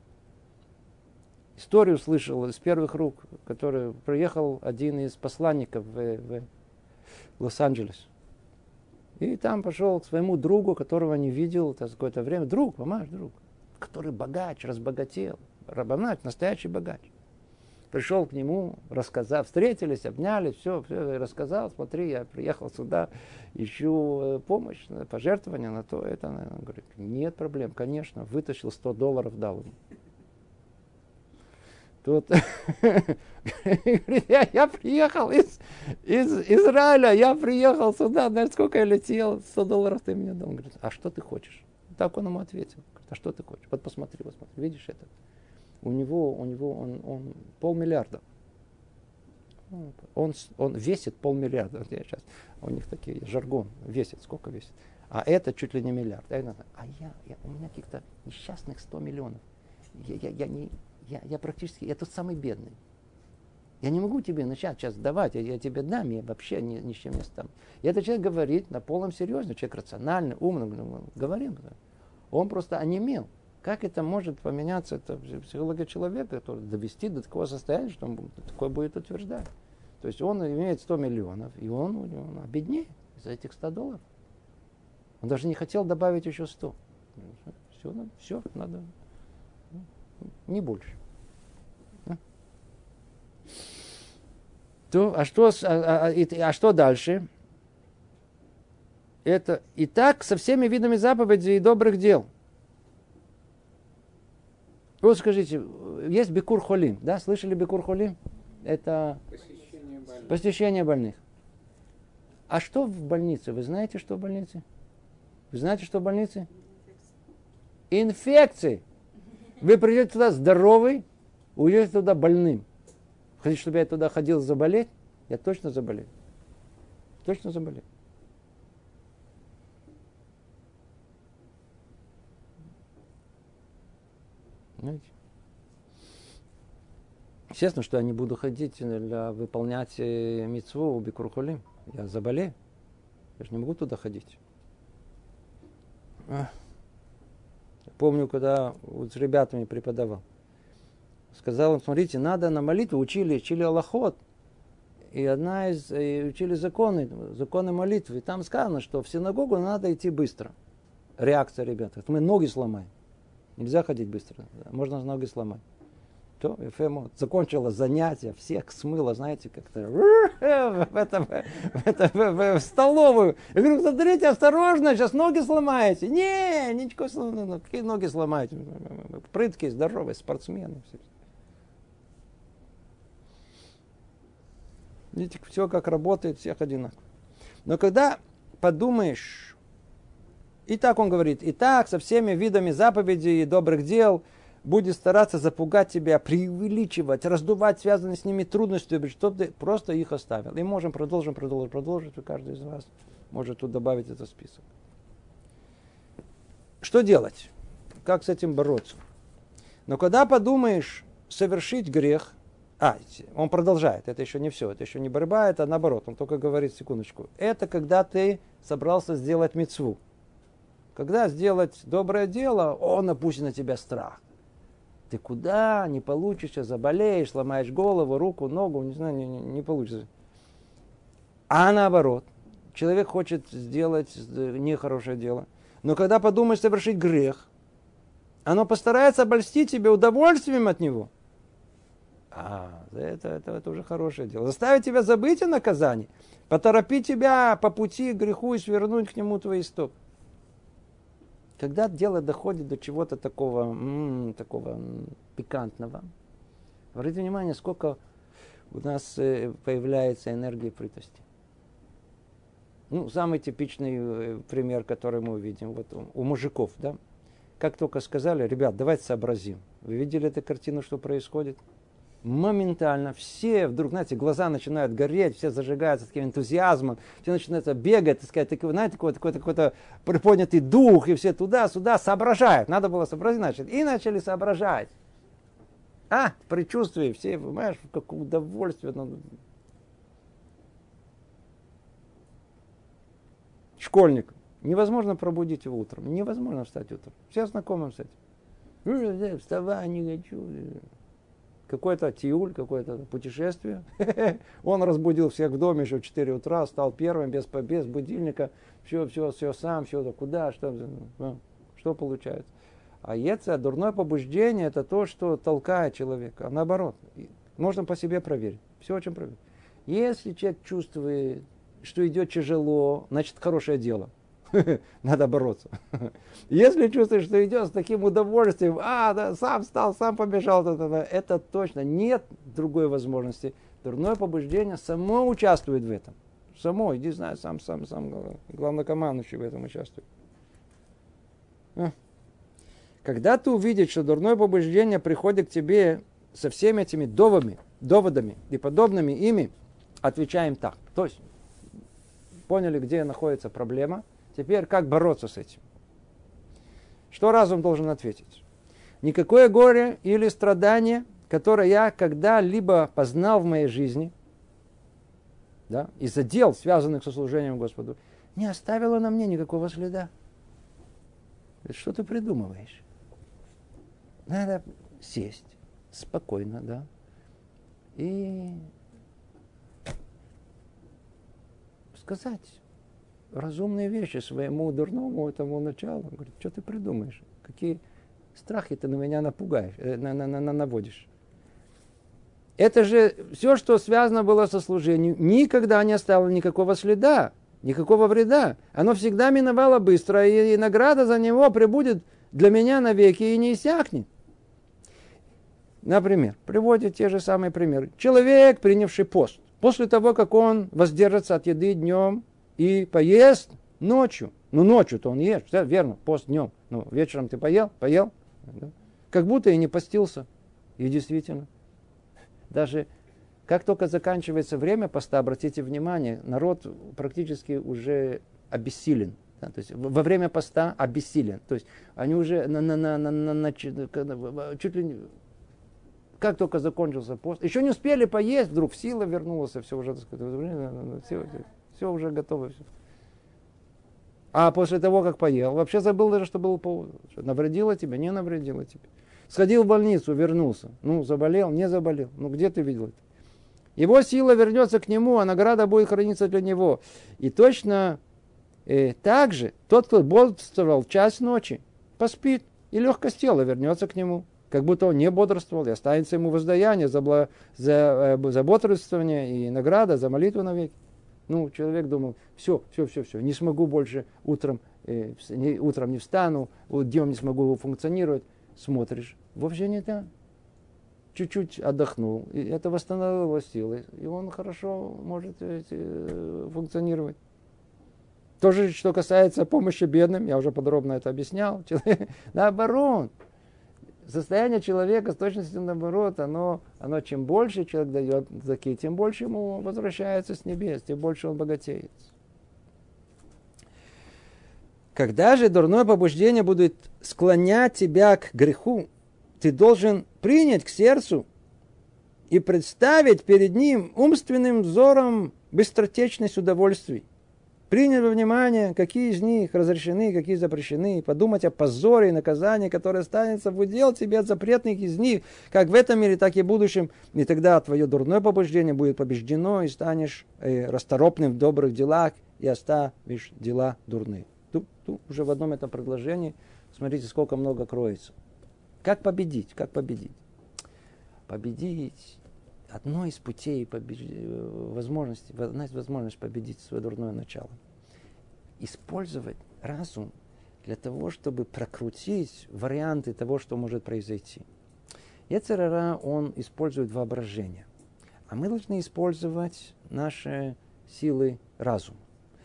Историю слышал из первых рук, который приехал один из посланников в, в Лос-Анджелес. И там пошел к своему другу, которого не видел какое-то время. Друг, помашь, друг. Который богач, разбогател. Рабонач, настоящий богач. Пришел к нему, рассказал, встретились, обнялись, все, все, рассказал, смотри, я приехал сюда, ищу помощь, пожертвования на то, это. Он говорит, нет проблем, конечно, вытащил сто долларов, дал ему. Тут я, я приехал из, из Израиля, я приехал сюда, знаешь, сколько я летел, сто долларов ты мне дал. Он говорит, а что ты хочешь? Так он ему ответил, говорит, а что ты хочешь? Вот посмотри, вот смотри, видишь это? У него, у него он, он полмиллиарда. Он, он весит полмиллиарда. Я сейчас, у них такие жаргон. Весит, сколько весит? А это чуть ли не миллиард. А я, я у меня каких-то несчастных сто миллионов. Я, я, я, не, я, я практически, я тот самый бедный. Я не могу тебе начать сейчас давать, я, я тебе дам, я вообще ни, ни с чем не стану. И этот человек говорит на полном серьезе, человек рациональный, умный, говорим. Он просто онемел. Как это может поменяться, это психология человека, который довести до такого состояния, что он такое будет утверждать. То есть он имеет сто миллионов, и он, он обеднеет из-за этих ста долларов. Он даже не хотел добавить еще сто. Все, все надо, не больше. То, а, что, а, а, а что дальше? Это и так со всеми видами заповедей и добрых дел. Вот скажите, есть бикур холим, да? Слышали бикур холим? Это посещение больных. посещение больных. А что в больнице? Вы знаете, что в больнице? Вы знаете, что в больнице? Инфекции. Вы придете туда здоровый, уедете туда больным. Хотите, чтобы я туда ходил заболеть? Я точно заболею. Точно заболею. Знаете? Естественно, что я не буду ходить для выполнять мицву бикур холим. Я заболею. Я же не могу туда ходить. Я помню, когда вот с ребятами преподавал. Сказал им, смотрите, надо на молитву, учили, учили алахот. И одна из, и учили законы, законы молитвы. И там сказано, что в синагогу надо идти быстро. Реакция, ребята. Мы ноги сломаем. Нельзя ходить быстро. Можно ноги сломать. То, Ефема закончила занятие, всех смыло, знаете, как-то в, это, в, это, в, в столовую. Я говорю, смотрите, осторожно, сейчас ноги сломаете. Не, ничего сломаете. Какие ноги сломаете? Прыткие, здоровые, спортсмены. Видите, все как работает, всех одинаково. Но когда подумаешь, и так он говорит, и так со всеми видами заповедей и добрых дел будет стараться запугать тебя, преувеличивать, раздувать связанные с ними трудности, чтобы ты просто их оставил. И можем продолжим, продолжим, продолжить. Каждый из вас может тут добавить этот список. Что делать? Как с этим бороться? Но когда подумаешь совершить грех, а, он продолжает, это еще не все, это еще не борьба, это наоборот, он только говорит, секундочку, это когда ты собрался сделать мицву. Когда сделать доброе дело, он напустит на тебя страх. Ты куда не получишься, заболеешь, сломаешь голову, руку, ногу, не знаю, не, не, не получится. А наоборот, человек хочет сделать нехорошее дело, Но когда подумаешь совершить грех, оно постарается обольстить тебя удовольствием от него. А, это, это, это уже хорошее дело. Заставить тебя забыть о наказании, поторопить тебя по пути к греху и свернуть к нему твои стопы. Когда дело доходит до чего-то такого, м-м, такого пикантного, обратите внимание, сколько у нас появляется энергии прытости. Ну, самый типичный пример, который мы увидим вот у мужиков, да? Как только сказали, ребят, давайте сообразим. Вы видели эту картину, что происходит? Моментально все вдруг, знаете, глаза начинают гореть, все зажигаются с таким энтузиазмом, все начинают бегать, так сказать, такой, знаете, какой-то, какой-то, какой-то приподнятый дух, и все туда-сюда соображают. Надо было сообразить, значит, и начали соображать. А, предчувствие, все, понимаешь, какое удовольствие. Школьник. Невозможно пробудить его утром. Невозможно встать утром. Все знакомы с этим. Вставай, не хочу. Какой-то тиуль, какое-то путешествие. Он разбудил всех в доме еще в четыре утра, стал первым, без, без будильника. Все, все, все сам, все, куда, что, что получается. А яцер, дурное побуждение, это то, что толкает человека. А наоборот, можно по себе проверить. Все очень проверить. Если человек чувствует, что идет тяжело, значит, хорошее дело. Надо бороться. Если чувствуешь, что идет с таким удовольствием, а, да, сам встал, сам побежал, да, да, да, это точно. Нет другой возможности. Дурное побуждение само участвует в этом. Само, иди, знай, сам, сам, сам, главнокомандующий в этом участвует. Когда ты увидишь, что дурное побуждение приходит к тебе со всеми этими доводами, доводами и подобными ими, отвечаем так. То есть, поняли, где находится проблема. Теперь как бороться с этим? Что разум должен ответить? Никакое горе или страдание, которое я когда-либо познал в моей жизни, да, из-за дел, связанных со служением Господу, не оставило на мне никакого следа. Что ты придумываешь? Надо сесть спокойно, да, и сказать разумные вещи своему дурному этому началу. Говорит, что ты придумаешь? Какие страхи ты на меня напугаешь, э, на, на, на, наводишь? Это же все, что связано было со служением, никогда не оставило никакого следа, никакого вреда. Оно всегда миновало быстро, и, и награда за него прибудет для меня навеки и не иссякнет. Например, приводит те же самые примеры. Человек, принявший пост, после того, как он воздержится от еды днем, и поест ночью. Ну, ночью-то он ест, да, верно, пост днем. Ну, вечером ты поел, поел. Да? Как будто и не постился. И действительно. Даже как только заканчивается время поста, обратите внимание, народ практически уже обессилен. Да? То есть во время поста обессилен. То есть они уже на, на, на, на, на, на, чуть ли не... Как только закончился пост, еще не успели поесть, вдруг сила вернулась, все уже, так сказать, все, все уже готово. Все. А после того, как поел, вообще забыл даже, что был повод. Навредило тебе, не навредило тебе. Сходил в больницу, вернулся. Ну, заболел, не заболел. Ну, где ты видел это? Его сила вернется к нему, а награда будет храниться для него. И точно э, так же тот, кто бодрствовал час ночи, поспит, и легкость тела вернется к нему. Как будто он не бодрствовал, и останется ему воздаяние за, бла... за, э, за бодрствование и награда за молитву навеки. Ну, человек думал, все, все, все, все, не смогу больше утром, э, не, утром не встану, днем не смогу функционировать. Смотришь, вовсе не так. Чуть-чуть отдохнул, и это восстановило его силы, и он хорошо может э, функционировать. Тоже, что касается помощи бедным, я уже подробно это объяснял. Наоборот. Состояние человека с точностью наоборот, оно, оно чем больше человек дает заки, тем больше ему возвращается с небес, тем больше он богатеет. Когда же дурное побуждение будет склонять тебя к греху, ты должен принять к сердцу и представить перед ним умственным взором быстротечность удовольствий. Принять во внимание, какие из них разрешены, какие запрещены, подумать о позоре и наказании, которое останется в удел тебе от запретных из них, как в этом мире, так и в будущем. И тогда твое дурное побуждение будет побеждено, и станешь э, расторопным в добрых делах, и оставишь дела дурные. Тут, тут уже в одном этом предложении, смотрите, сколько много кроется. Как победить? Как победить? Победить. Одно из путей победить, возможности, одна из возможностей победить свое дурное начало. Использовать разум для того, чтобы прокрутить варианты того, что может произойти. Йецер ара, он использует воображение. А мы должны использовать наши силы разума.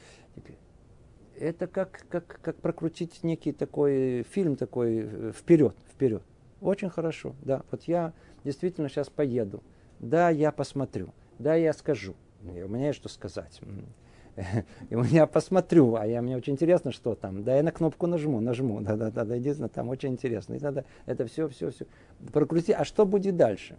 Это как, как, как прокрутить некий такой фильм такой вперед, вперед. Очень хорошо, да. Вот я действительно сейчас поеду. Да, я посмотрю. Да, я скажу. У меня есть что сказать. И я посмотрю, а я, мне очень интересно, что там. Да, я на кнопку нажму, нажму. Да, да, да, да, единственное, там очень интересно. И надо это все, все, все прокрути. А что будет дальше?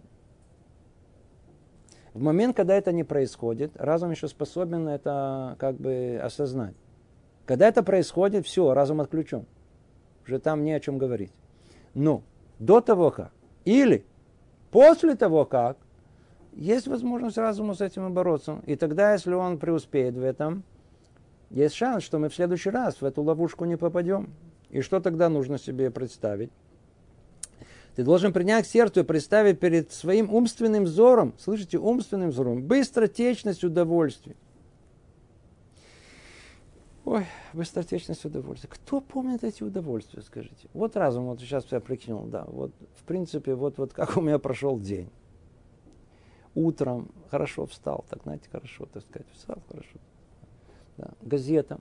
В момент, когда это не происходит, разум еще способен это как бы осознать. Когда это происходит, все, разум отключен. Уже там не о чем говорить. Но до того как, или после того как, есть возможность разуму с этим бороться. И тогда, если он преуспеет в этом, есть шанс, что мы в следующий раз в эту ловушку не попадем. И что тогда нужно себе представить? Ты должен принять к сердцу и представить перед своим умственным взором, слышите, умственным взором, быстротечность удовольствия. Ой, быстротечность удовольствия. Кто помнит эти удовольствия, скажите? Вот разум, вот сейчас я прикинул, да, вот в принципе, вот, вот как у меня прошел день. Утром хорошо встал, так, знаете, хорошо, так сказать, встал хорошо. Да. Газета,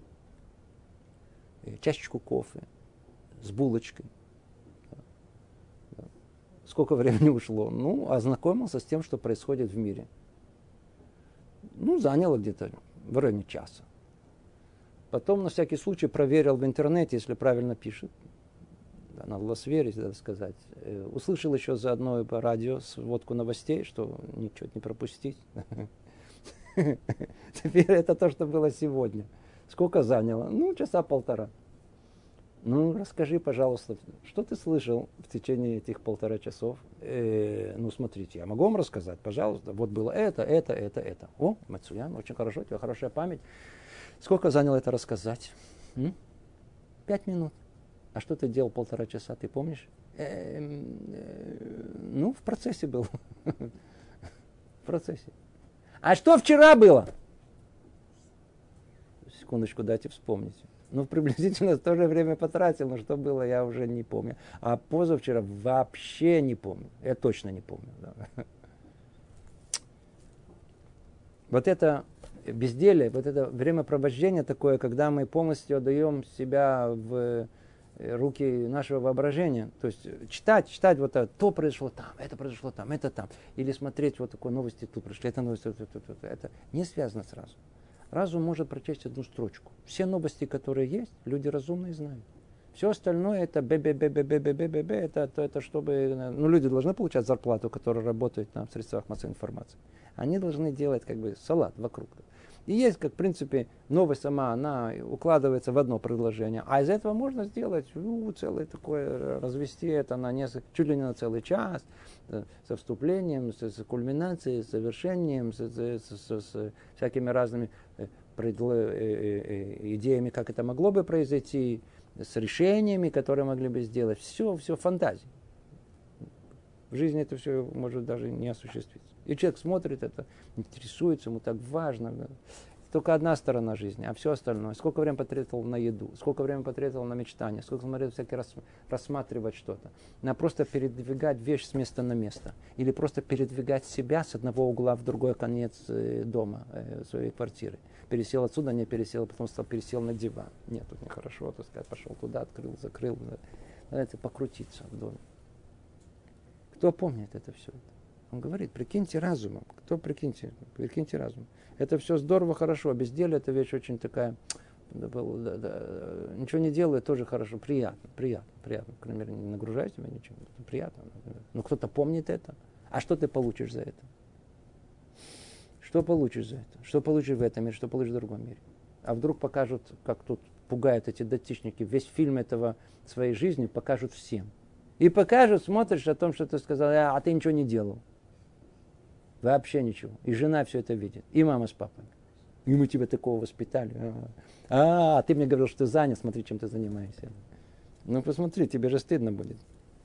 чашечку кофе с булочкой. Да. Да. Сколько времени ушло? Ну, ознакомился с тем, что происходит в мире. Ну, заняло где-то в районе часа. Потом на всякий случай проверил в интернете, если правильно пишет. Да, надо было сверить, надо сказать. Э, услышал еще заодно по радио сводку новостей, что ничего не пропустить. Теперь это то, что было сегодня. Сколько заняло? Ну, часа полтора. Ну, расскажи, пожалуйста, что ты слышал в течение этих полтора часов? Э, ну, смотрите, я могу вам рассказать, пожалуйста. Вот было это, это, это, это. О, Мацуян, очень хорошо, у тебя хорошая память. Сколько заняло это рассказать? М? Пять минут. А что ты делал полтора часа, ты помнишь? Э, э, ну, в процессе был. В процессе. А что вчера было? Секундочку, дайте вспомнить. Ну, приблизительно в то же время потратил, но что было, я уже не помню. А позавчера вообще не помню. Я точно не помню. Да. Вот это безделие, вот это времяпровождение такое, когда мы полностью отдаем себя в руки нашего воображения. То есть читать, читать вот это, то произошло там, это произошло там, это там. Или смотреть вот такие новости, тут пришли, это новости, это, это, это, это не связано с разумом. Разум может прочесть одну строчку. Все новости, которые есть, люди разумные знают. Все остальное это бе-бе-бе-бе-бе-бе-бе-бе, это, это, это чтобы... Ну, люди должны получать зарплату, которые работают на средствах массовой информации. Они должны делать как бы салат вокруг. И есть, как в принципе, новость сама, она укладывается в одно предложение. А из этого можно сделать ну, целое такое, развести это на несколько, чуть ли не на целый час, со вступлением, с, с кульминацией, с завершением, с, с, с, с всякими разными предло- идеями, как это могло бы произойти, с решениями, которые могли бы сделать. Все, все фантазии. В жизни это все может даже не осуществиться. И человек смотрит это, интересуется, ему так важно. Да. Только одна сторона жизни, а все остальное. Сколько времени потратил на еду, сколько времени потратил на мечтания, сколько смотрел всякий раз рассматривать что-то. Надо просто передвигать вещь с места на место. Или просто передвигать себя с одного угла в другой конец дома, своей квартиры. Пересел отсюда, не пересел, потом стал, пересел на диван. Нет, тут нехорошо, так сказать, пошел туда, открыл, закрыл. Давайте покрутиться в доме. Кто помнит это все? Он говорит, прикиньте разумом. Кто прикиньте? Прикиньте разумом. Это все здорово, хорошо. Безделье это вещь очень такая, да, да, да, ничего не делает, тоже хорошо. Приятно, приятно, приятно. По крайней мере, не нагружай себя ничем. Это приятно. Но кто-то помнит это. А что ты получишь за это? Что получишь за это? Что получишь в этом мире, что получишь в другом мире? А вдруг покажут, как тут пугают эти датчичники, весь фильм этого своей жизни покажут всем. И покажут, смотришь о том, что ты сказал, а ты ничего не делал. Вообще ничего. И жена все это видит. И мама с папой. И мы тебя такого воспитали. А, а ты мне говорил, что ты занят, смотри, чем ты занимаешься. Ну, посмотри, тебе же стыдно будет.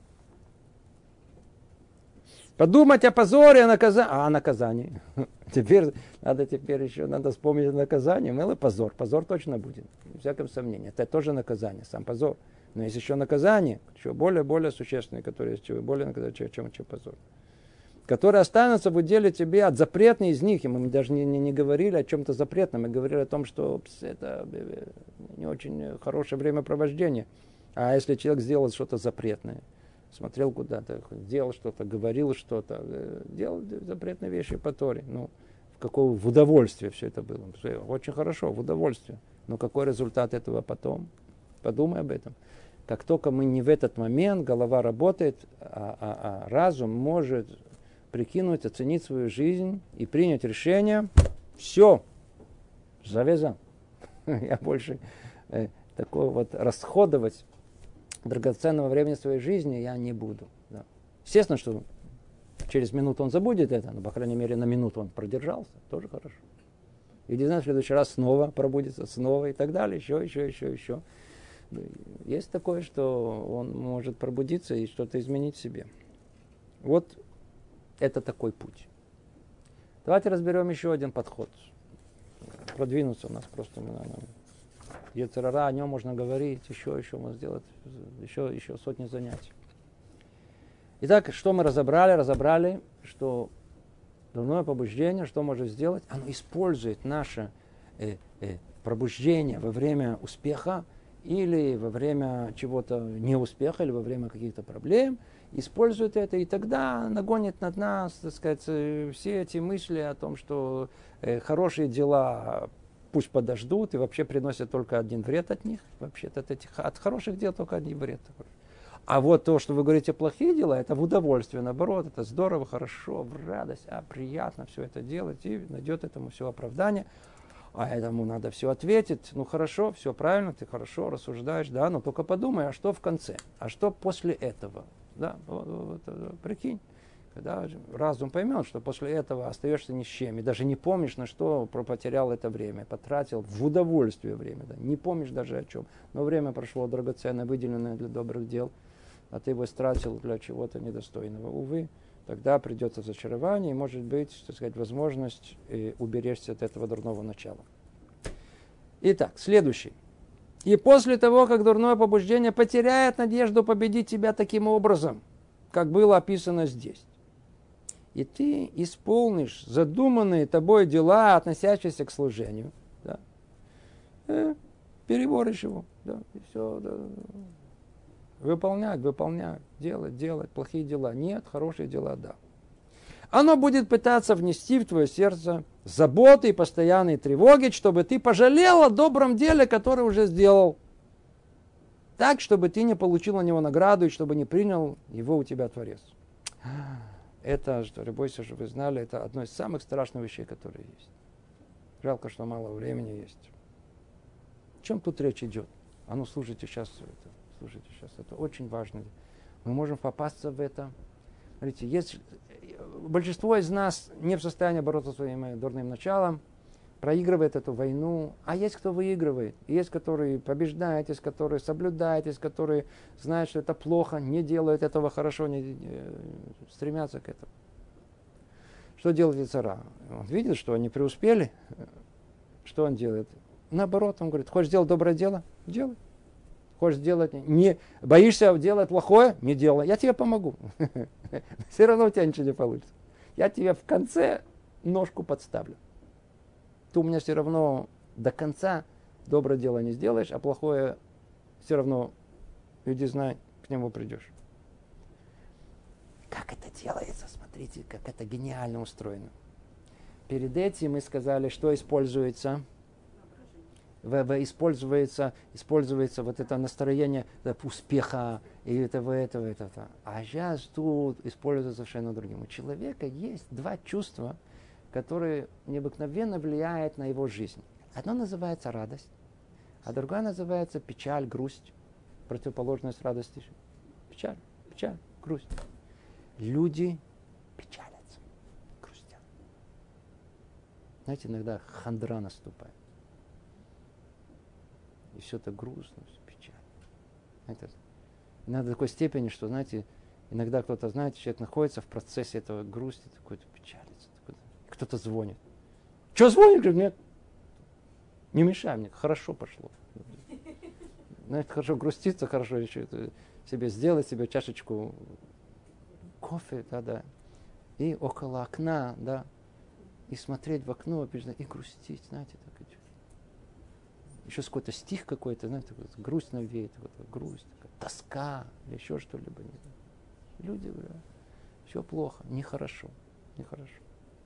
Подумать о позоре, о наказании. А, о наказании. Теперь, надо теперь еще, надо вспомнить о наказании. Мало позор. Позор точно будет. Без всякого сомнения. Это тоже наказание, сам позор. Но есть еще наказание, еще более-более существенное, которое есть более наказание, чем, чем позор. Которые останутся в уделе тебе от запретных из них. И мы даже не, не, не говорили о чем-то запретном. Мы говорили о том, что это не очень хорошее времяпровождение. А если человек сделал что-то запретное, смотрел куда-то, делал что-то, говорил что-то, делал запретные вещи по Торе. Ну, в какое в удовольствие все это было. Очень хорошо, в удовольствие. Но какой результат этого потом? Подумай об этом. Как только мы не в этот момент, голова работает, а, а, а разум может прикинуть, оценить свою жизнь и принять решение, все, завязан. Я больше э, такое вот расходовать драгоценного времени своей жизни я не буду. Да. Естественно, что через минуту он забудет это, но, по крайней мере, на минуту он продержался, тоже хорошо. И, не знаю, в следующий раз снова пробудется, снова и так далее, еще, еще, еще, еще. Есть такое, что он может пробудиться и что-то изменить в себе. Вот это такой путь. Давайте разберем еще один подход. Продвинуться у нас просто. Йецер ара, о нем можно говорить, еще, еще можно сделать, еще, еще сотни занятий. Итак, что мы разобрали? Разобрали, что дурное побуждение, что может сделать? Оно использует наше э, э, пробуждение во время успеха или во время чего-то неуспеха, или во время каких-то проблем, использует это, и тогда нагонит над нас, так сказать, все эти мысли о том, что э, хорошие дела пусть подождут, и вообще приносят только один вред от них. Вообще-то от, этих, от хороших дел только один вред. А вот то, что вы говорите плохие дела, это в удовольствие, наоборот, это здорово, хорошо, в радость, а приятно все это делать, и найдет этому все оправдание. А этому надо все ответить. Ну хорошо, все правильно, ты хорошо рассуждаешь, да, но только подумай, а что в конце? А что после этого? Да, вот, вот, вот, прикинь. Когда разум поймет, что после этого остаешься ни с чем, и даже не помнишь, на что потерял это время, потратил в удовольствие время, да, не помнишь даже о чем, но время прошло драгоценное, выделенное для добрых дел, а ты его стратил для чего-то недостойного. Увы, тогда придется разочарование, и может быть, так сказать, возможность э, уберечься от этого дурного начала. Итак, следующий. И после того, как дурное побуждение потеряет надежду победить тебя таким образом, как было описано здесь, и ты исполнишь задуманные тобой дела, относящиеся к служению, да, э, переборешь его, да, и все, да. Выполнять, выполнять, делать, делать плохие дела. Нет, хорошие дела, да. Оно будет пытаться внести в твое сердце заботы и постоянные тревоги, чтобы ты пожалел о добром деле, которое уже сделал. Так, чтобы ты не получил на него награду и чтобы не принял его у тебя Творец. Это, что, бойся, чтобы вы знали, это одно из самых страшных вещей, которые есть. Жалко, что мало времени есть. О чем тут речь идет? А ну, слушайте сейчас это. Слушайте сейчас, это очень важно. Мы можем попасться в это. Смотрите, есть, большинство из нас не в состоянии бороться со своим дурным началом, проигрывает эту войну, а есть кто выигрывает. Есть, которые побеждают, есть, которые соблюдают, есть, которые знают, что это плохо, не делают этого хорошо, не, не стремятся к этому. Что делает йецер ара? Он видит, что они преуспели. Что он делает? Наоборот, он говорит, хочешь сделать доброе дело? Делай. Хочешь сделать, не боишься делать плохое? Не делай. Я тебе помогу. Все равно у тебя ничего не получится. Я тебе в конце ножку подставлю. Ты у меня все равно до конца доброе дело не сделаешь, а плохое все равно, иди знай, к нему придешь. Как это делается? Смотрите, как это гениально устроено. Перед этим мы сказали, что используется. В, в, используется, используется вот это настроение да, успеха и этого, этого, этого. А сейчас тут используется совершенно другим. У человека есть два чувства, которые необыкновенно влияют на его жизнь. Одно называется радость, а другое называется печаль, грусть. Противоположность радости. Печаль, печаль, грусть. Люди печалятся, грустят. Знаете, иногда хандра наступает. И все это грустно, все печально. Знаете, иногда до такой степени, что, знаете, иногда кто-то, знаете, человек находится в процессе этого грусти, такой-то печалится. Такой-то. Кто-то звонит. Что звонит? Говорит, нет. Не мешай мне, хорошо пошло. Знаете, хорошо груститься, хорошо еще себе сделать себе чашечку кофе, да-да, и около окна, да, и смотреть в окно, и грустить, знаете, так. Еще какой-то стих какой-то, знаете, грусть навеет, вот, грусть, такая, тоска, или еще что-либо. Люди говорят, все плохо, нехорошо, нехорошо.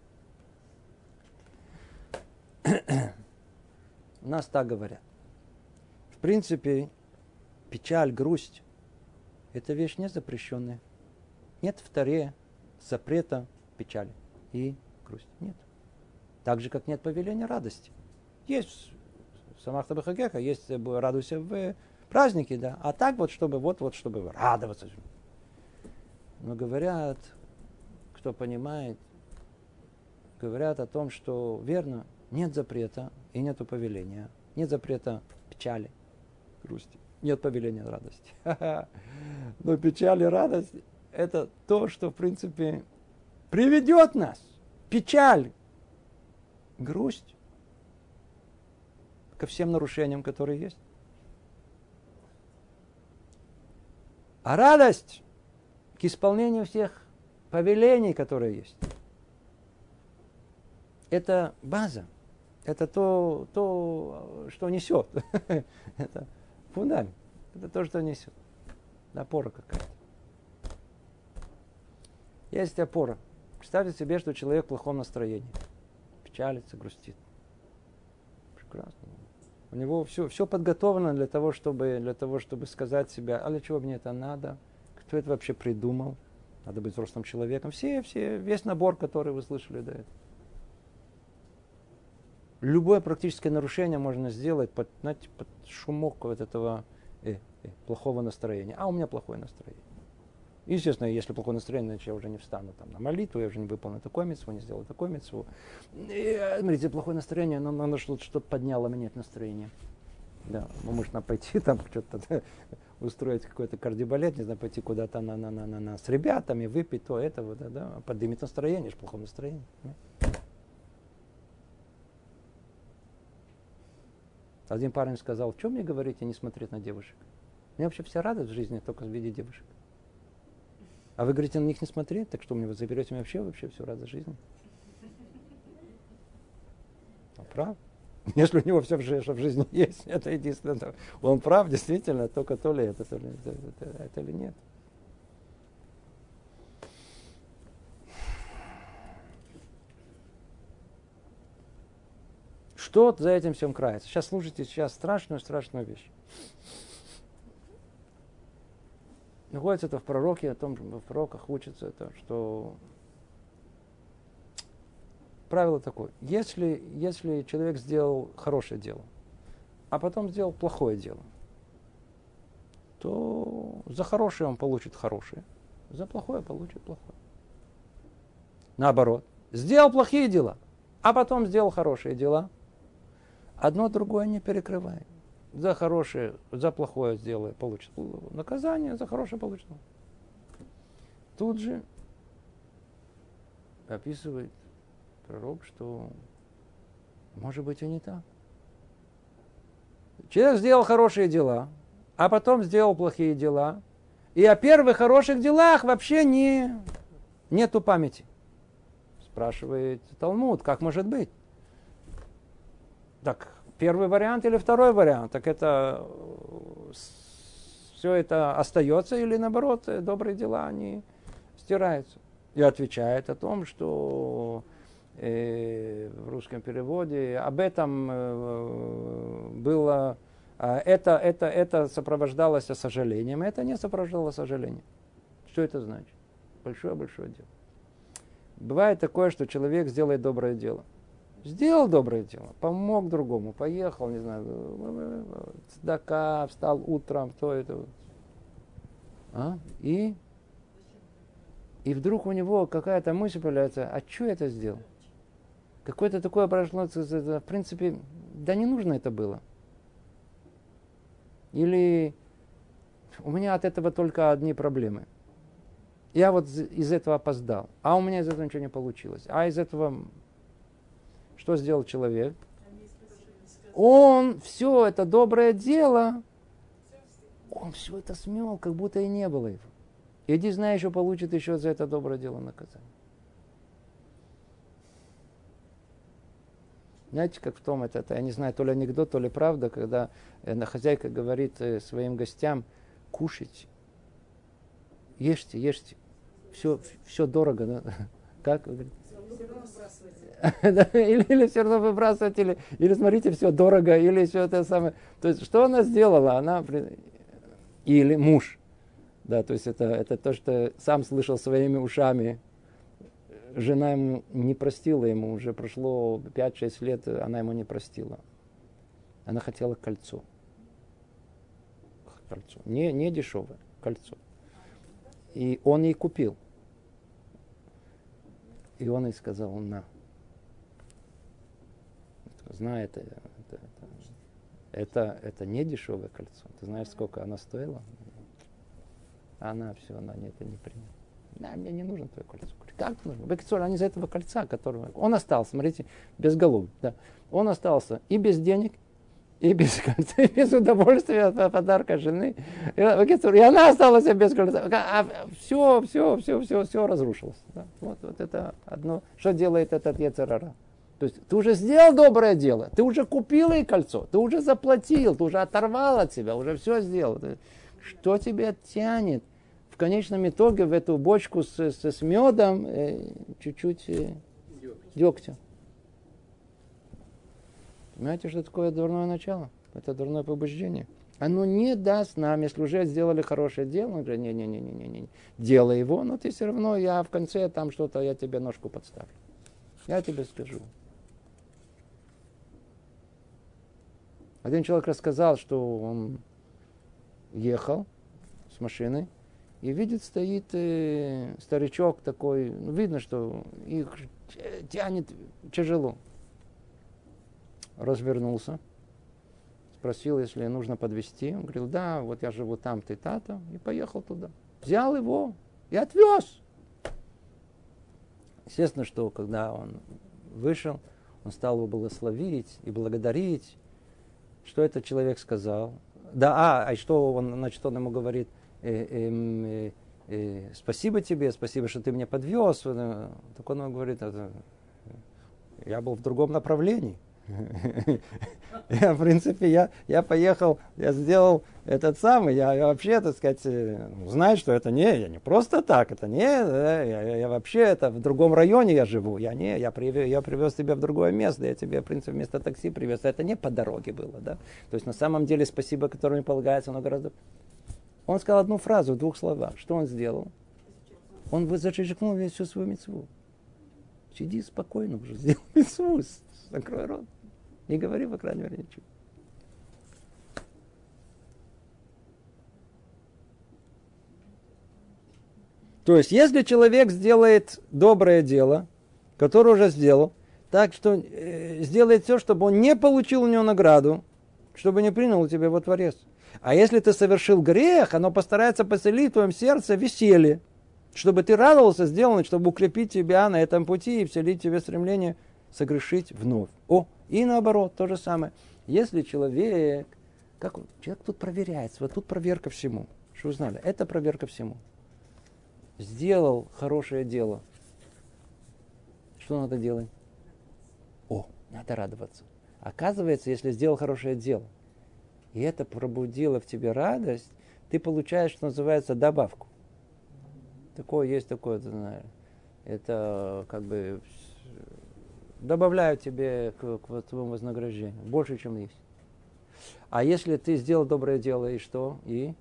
У нас так говорят. В принципе, печаль, грусть – это вещь не запрещенная. Нет в Торе запрета печали и грусти. Нет. Так же, как нет повеления радости. Есть в Самахта Бехагеха, есть радуйся в праздники, да. А так вот, чтобы вот, вот, чтобы радоваться. Но говорят, кто понимает, говорят о том, что верно, нет запрета и нет повеления. Нет запрета печали, грусти. Нет повеления радости. Но печаль и радость – это то, что, в принципе, приведет нас. Печаль, грусть ко всем нарушениям, которые есть. А радость к исполнению всех повелений, которые есть. Это база. Это то, то что несет. Это фундамент. Это то, что несет. Опора какая-то. Есть опора. Представьте себе, что человек в плохом настроении. Печалится, грустит. Прекрасно. У него все, все подготовлено для того, чтобы, для того, чтобы сказать себе, а для чего мне это надо? Кто это вообще придумал? Надо быть взрослым человеком. Все, все, весь набор, который вы слышали до этого. Любое практическое нарушение можно сделать под, знаете, под шумок вот этого э, э, плохого настроения. А у меня плохое настроение. Естественно, если плохое настроение, значит я уже не встану там, на молитву, я уже не выполню такой мицву, не сделаю такой мицву. И, смотрите, плохое настроение, но надо что-то, что-то подняло мне это настроение. Да, можно пойти там что-то да, устроить какой-то кардиобалет, не знаю, пойти куда-то на, на, на, на, на, с ребятами, выпить то, это, вот, да, да, поднимет настроение, в плохом настроении. Да. Один парень сказал, в чем мне говорите не смотреть на девушек? Мне вообще вся радость в жизни только в виде девушек. А вы говорите на них не смотреть, так что мне вы заберете мне вообще, вообще всю радость жизни? Он прав. Если у него все в жизни есть, это единственное. Он прав, действительно, только то ли это, то ли это, это, это или нет. Что за этим всем крается? Сейчас слушайте, сейчас страшную-страшную вещь. Находится это в пророке, о том, в пророках учится это, что правило такое. Если, если человек сделал хорошее дело, а потом сделал плохое дело, то за хорошее он получит хорошее, за плохое получит плохое. Наоборот. Сделал плохие дела, а потом сделал хорошие дела, одно другое не перекрывает. За хорошее, за плохое сделай, получит наказание, за хорошее получит. Тут же описывает пророк, что может быть и не так. Человек сделал хорошие дела, а потом сделал плохие дела, и о первых хороших делах вообще не, нету памяти. Спрашивает Талмуд, как может быть? Так, первый вариант или второй вариант? Так это все это остается или наоборот, добрые дела, они стираются? И отвечает о том, что э, в русском переводе об этом э, было, э, это, это, это сопровождалось сожалением, это не сопровождалось сожалением. Что это значит? Большое-большое дело. Бывает такое, что человек сделает доброе дело. Сделал доброе дело, помог другому, поехал, не знаю, цдака, встал утром, то это. А? И, и вдруг у него какая-то мысль появляется, а что я это сделал? Какое-то такое прошло, в принципе, да не нужно это было. Или у меня от этого только одни проблемы. Я вот из этого опоздал, а у меня из этого ничего не получилось. А из этого что сделал человек? Он все это доброе дело, он все это смел, как будто и не было его. Иди, знай, еще получит еще за это доброе дело наказание. Знаете, как в том, это, это, я не знаю, то ли анекдот, то ли правда, когда э, хозяйка говорит э, своим гостям: кушайте, ешьте, ешьте, все, все дорого, да? Как? или, или все равно выбрасывать, или, или смотрите, все дорого, или все это самое. То есть, что она сделала? Она... Или муж. Да, то есть, это, это то, что сам слышал своими ушами. Жена ему не простила, ему уже прошло пять-шесть лет, она ему не простила. Она хотела кольцо. Кольцо. Не, не дешевое, кольцо. И он ей купил. И он ей сказал: на. Знай, это, это, это, это, это не дешевое кольцо. Ты знаешь, сколько оно стоило? Она все, она не, это не приняла. Да, мне не нужно твое кольцо. Как нужно? Бекцоль, они из этого кольца, которого... Он остался, смотрите, без головы. Да. Он остался и без денег, и без кольца, и без удовольствия от подарка жены. И, и она осталась без кольца. А все, все, все, все, все разрушилось. Да. Вот, вот это одно. Что делает этот йецер ара? То есть ты уже сделал доброе дело, ты уже купил ей кольцо, ты уже заплатил, ты уже оторвал от себя, уже все сделал. Что тебя тянет в конечном итоге в эту бочку с, с, с медом э, чуть-чуть э, дегтя? Понимаете, что такое дурное начало? Это дурное побуждение. Оно не даст нам, если уже сделали хорошее дело, он говорит: не-не-не-не-не, делай его, но ты все равно, я в конце там что-то, я тебе ножку подставлю. Я тебе скажу. Один человек рассказал, что он ехал с машиной и видит, стоит э, старичок такой, ну, видно, что их тянет тяжело. Развернулся, спросил, если нужно подвезти. Он говорил: да, вот я живу там, ты та-то, и поехал туда. Взял его и отвез. Естественно, что когда он вышел, он стал его благословить и благодарить. Что этот человек сказал? Да, а, а что он, значит, он ему говорит: э, э, э, э, спасибо тебе, спасибо, что ты меня подвез. Так он ему говорит: я был в другом направлении. Я, в принципе, я, я поехал, я сделал этот самый, я, я вообще, так сказать, знаю, что это не, я не просто так, это не, я, я, я вообще, это в другом районе я живу, я не, я привез, я привез тебя в другое место, я тебе, в принципе, вместо такси привез, это не по дороге было, да, то есть на самом деле спасибо, которое мне полагается, оно гораздо... Он сказал одну фразу в двух словах, что он сделал? Он зачеркнул весь всю свою мицву. Сиди спокойно уже, сделай мицву, закрой рот. Не говори, по крайней мере, ничего. То есть, если человек сделает доброе дело, которое уже сделал, так что э, сделает все, чтобы он не получил у него награду, чтобы не принял у тебя его Творец. А если ты совершил грех, оно постарается поселить в твоем сердце веселье, чтобы ты радовался сделанным, чтобы укрепить тебя на этом пути и вселить в тебе стремление согрешить вновь. О, и наоборот, то же самое. Если человек, как он, человек тут проверяется, вот тут проверка всему. Что вы знали? Это проверка всему. Сделал хорошее дело. Что надо делать? О, надо радоваться. Оказывается, если сделал хорошее дело, и это пробудило в тебе радость, ты получаешь, что называется, добавку. Такое есть такое, ты знаешь. Это как бы добавляют тебе к, к твоему вознаграждению. Больше, чем есть. А если ты сделал доброе дело, и что? И?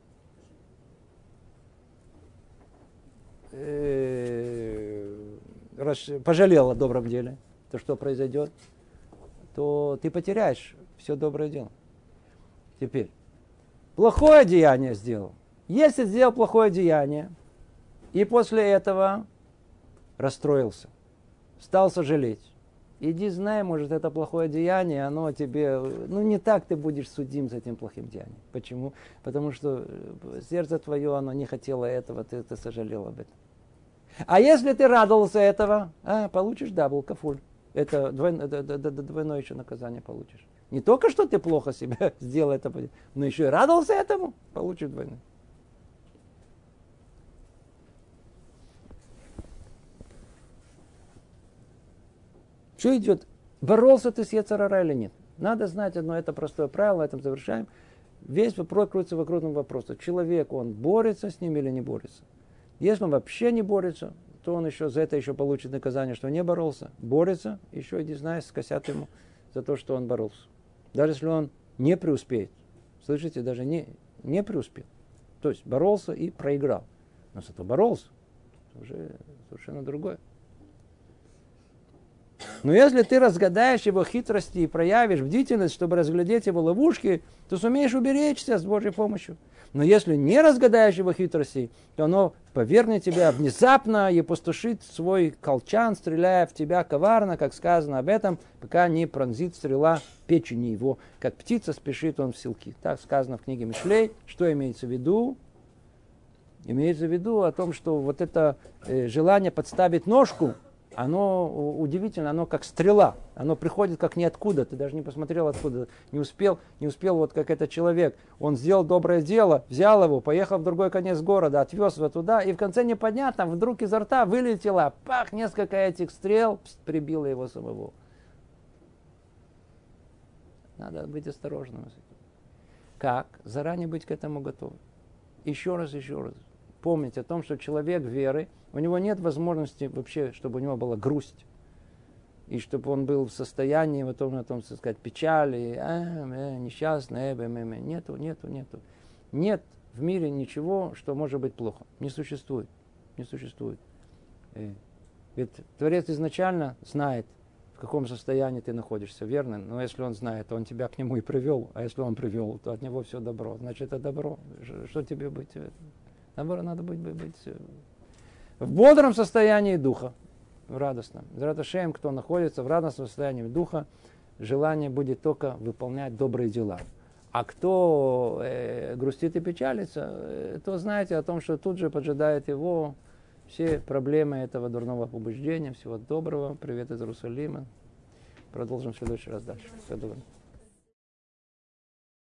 Э, пожалел о добром деле, то что произойдет? То ты потеряешь все доброе дело. Теперь, плохое деяние сделал. Если сделал плохое деяние, и после этого расстроился, стал сожалеть, Иди знай, может, это плохое деяние, оно тебе... Ну, не так ты будешь судим за этим плохим деянием. Почему? Потому что сердце твое, оно не хотело этого, ты, ты сожалел об этом. А если ты радовался этого, а, получишь дабл, кафуль. Это двойное, двойное еще наказание получишь. Не только, что ты плохо себя сделал, это, но еще и радовался этому, получишь двойное. Что идет? Боролся ты с йецер ара или нет? Надо знать одно это простое правило, на этом завершаем. Весь вопрос крутится вокруг вопроса. Человек, он борется с ним или не борется? Если он вообще не борется, то он еще за это еще получит наказание, что не боролся. Борется, еще иди знай, скосят ему за то, что он боролся. Даже если он не преуспеет. Слышите, даже не, не преуспел. То есть боролся и проиграл. Но зато боролся. Это уже совершенно другое. Но если ты разгадаешь его хитрости и проявишь бдительность, чтобы разглядеть его ловушки, то сумеешь уберечься с Божьей помощью. Но если не разгадаешь его хитрости, то оно повергнет тебя внезапно и опустошит свой колчан, стреляя в тебя коварно, как сказано об этом, пока не пронзит стрела печени его, как птица спешит он в селки. Так сказано в книге Мишлей. Что имеется в виду? Имеется в виду о том, что вот это э, желание подставить ножку, оно удивительно, оно как стрела. Оно приходит как ниоткуда. Ты даже не посмотрел откуда. Не успел, не успел вот как этот человек. Он сделал доброе дело, взял его, поехал в другой конец города, отвез его туда. И в конце непонятно, вдруг изо рта вылетело, пах, несколько этих стрел, пс, прибило его самого. Надо быть осторожным. Как? Заранее быть к этому готовым. Еще раз, еще раз. Помнить о том, что человек веры, у него нет возможности вообще, чтобы у него была грусть. И чтобы он был в состоянии, в том, о том, так сказать, печали, а, э, несчастный, э, э, э, нету, нету, нету. Нет в мире ничего, что может быть плохо. Не существует. Не существует. Ведь Творец изначально знает, в каком состоянии ты находишься, верно? Но если он знает, то он тебя к нему и привел. А если он привел, то от него все добро. Значит, это добро. Что тебе быть? Наоборот, надо быть, быть, быть в бодром состоянии духа, в радостном. Зрат Ашем, кто находится в радостном состоянии духа, желание будет только выполнять добрые дела. А кто э, грустит и печалится, э, то знаете о том, что тут же поджидает его все проблемы этого дурного побуждения. Всего доброго. Привет из Иерусалима. Продолжим в следующий раз дальше. Всего доброго.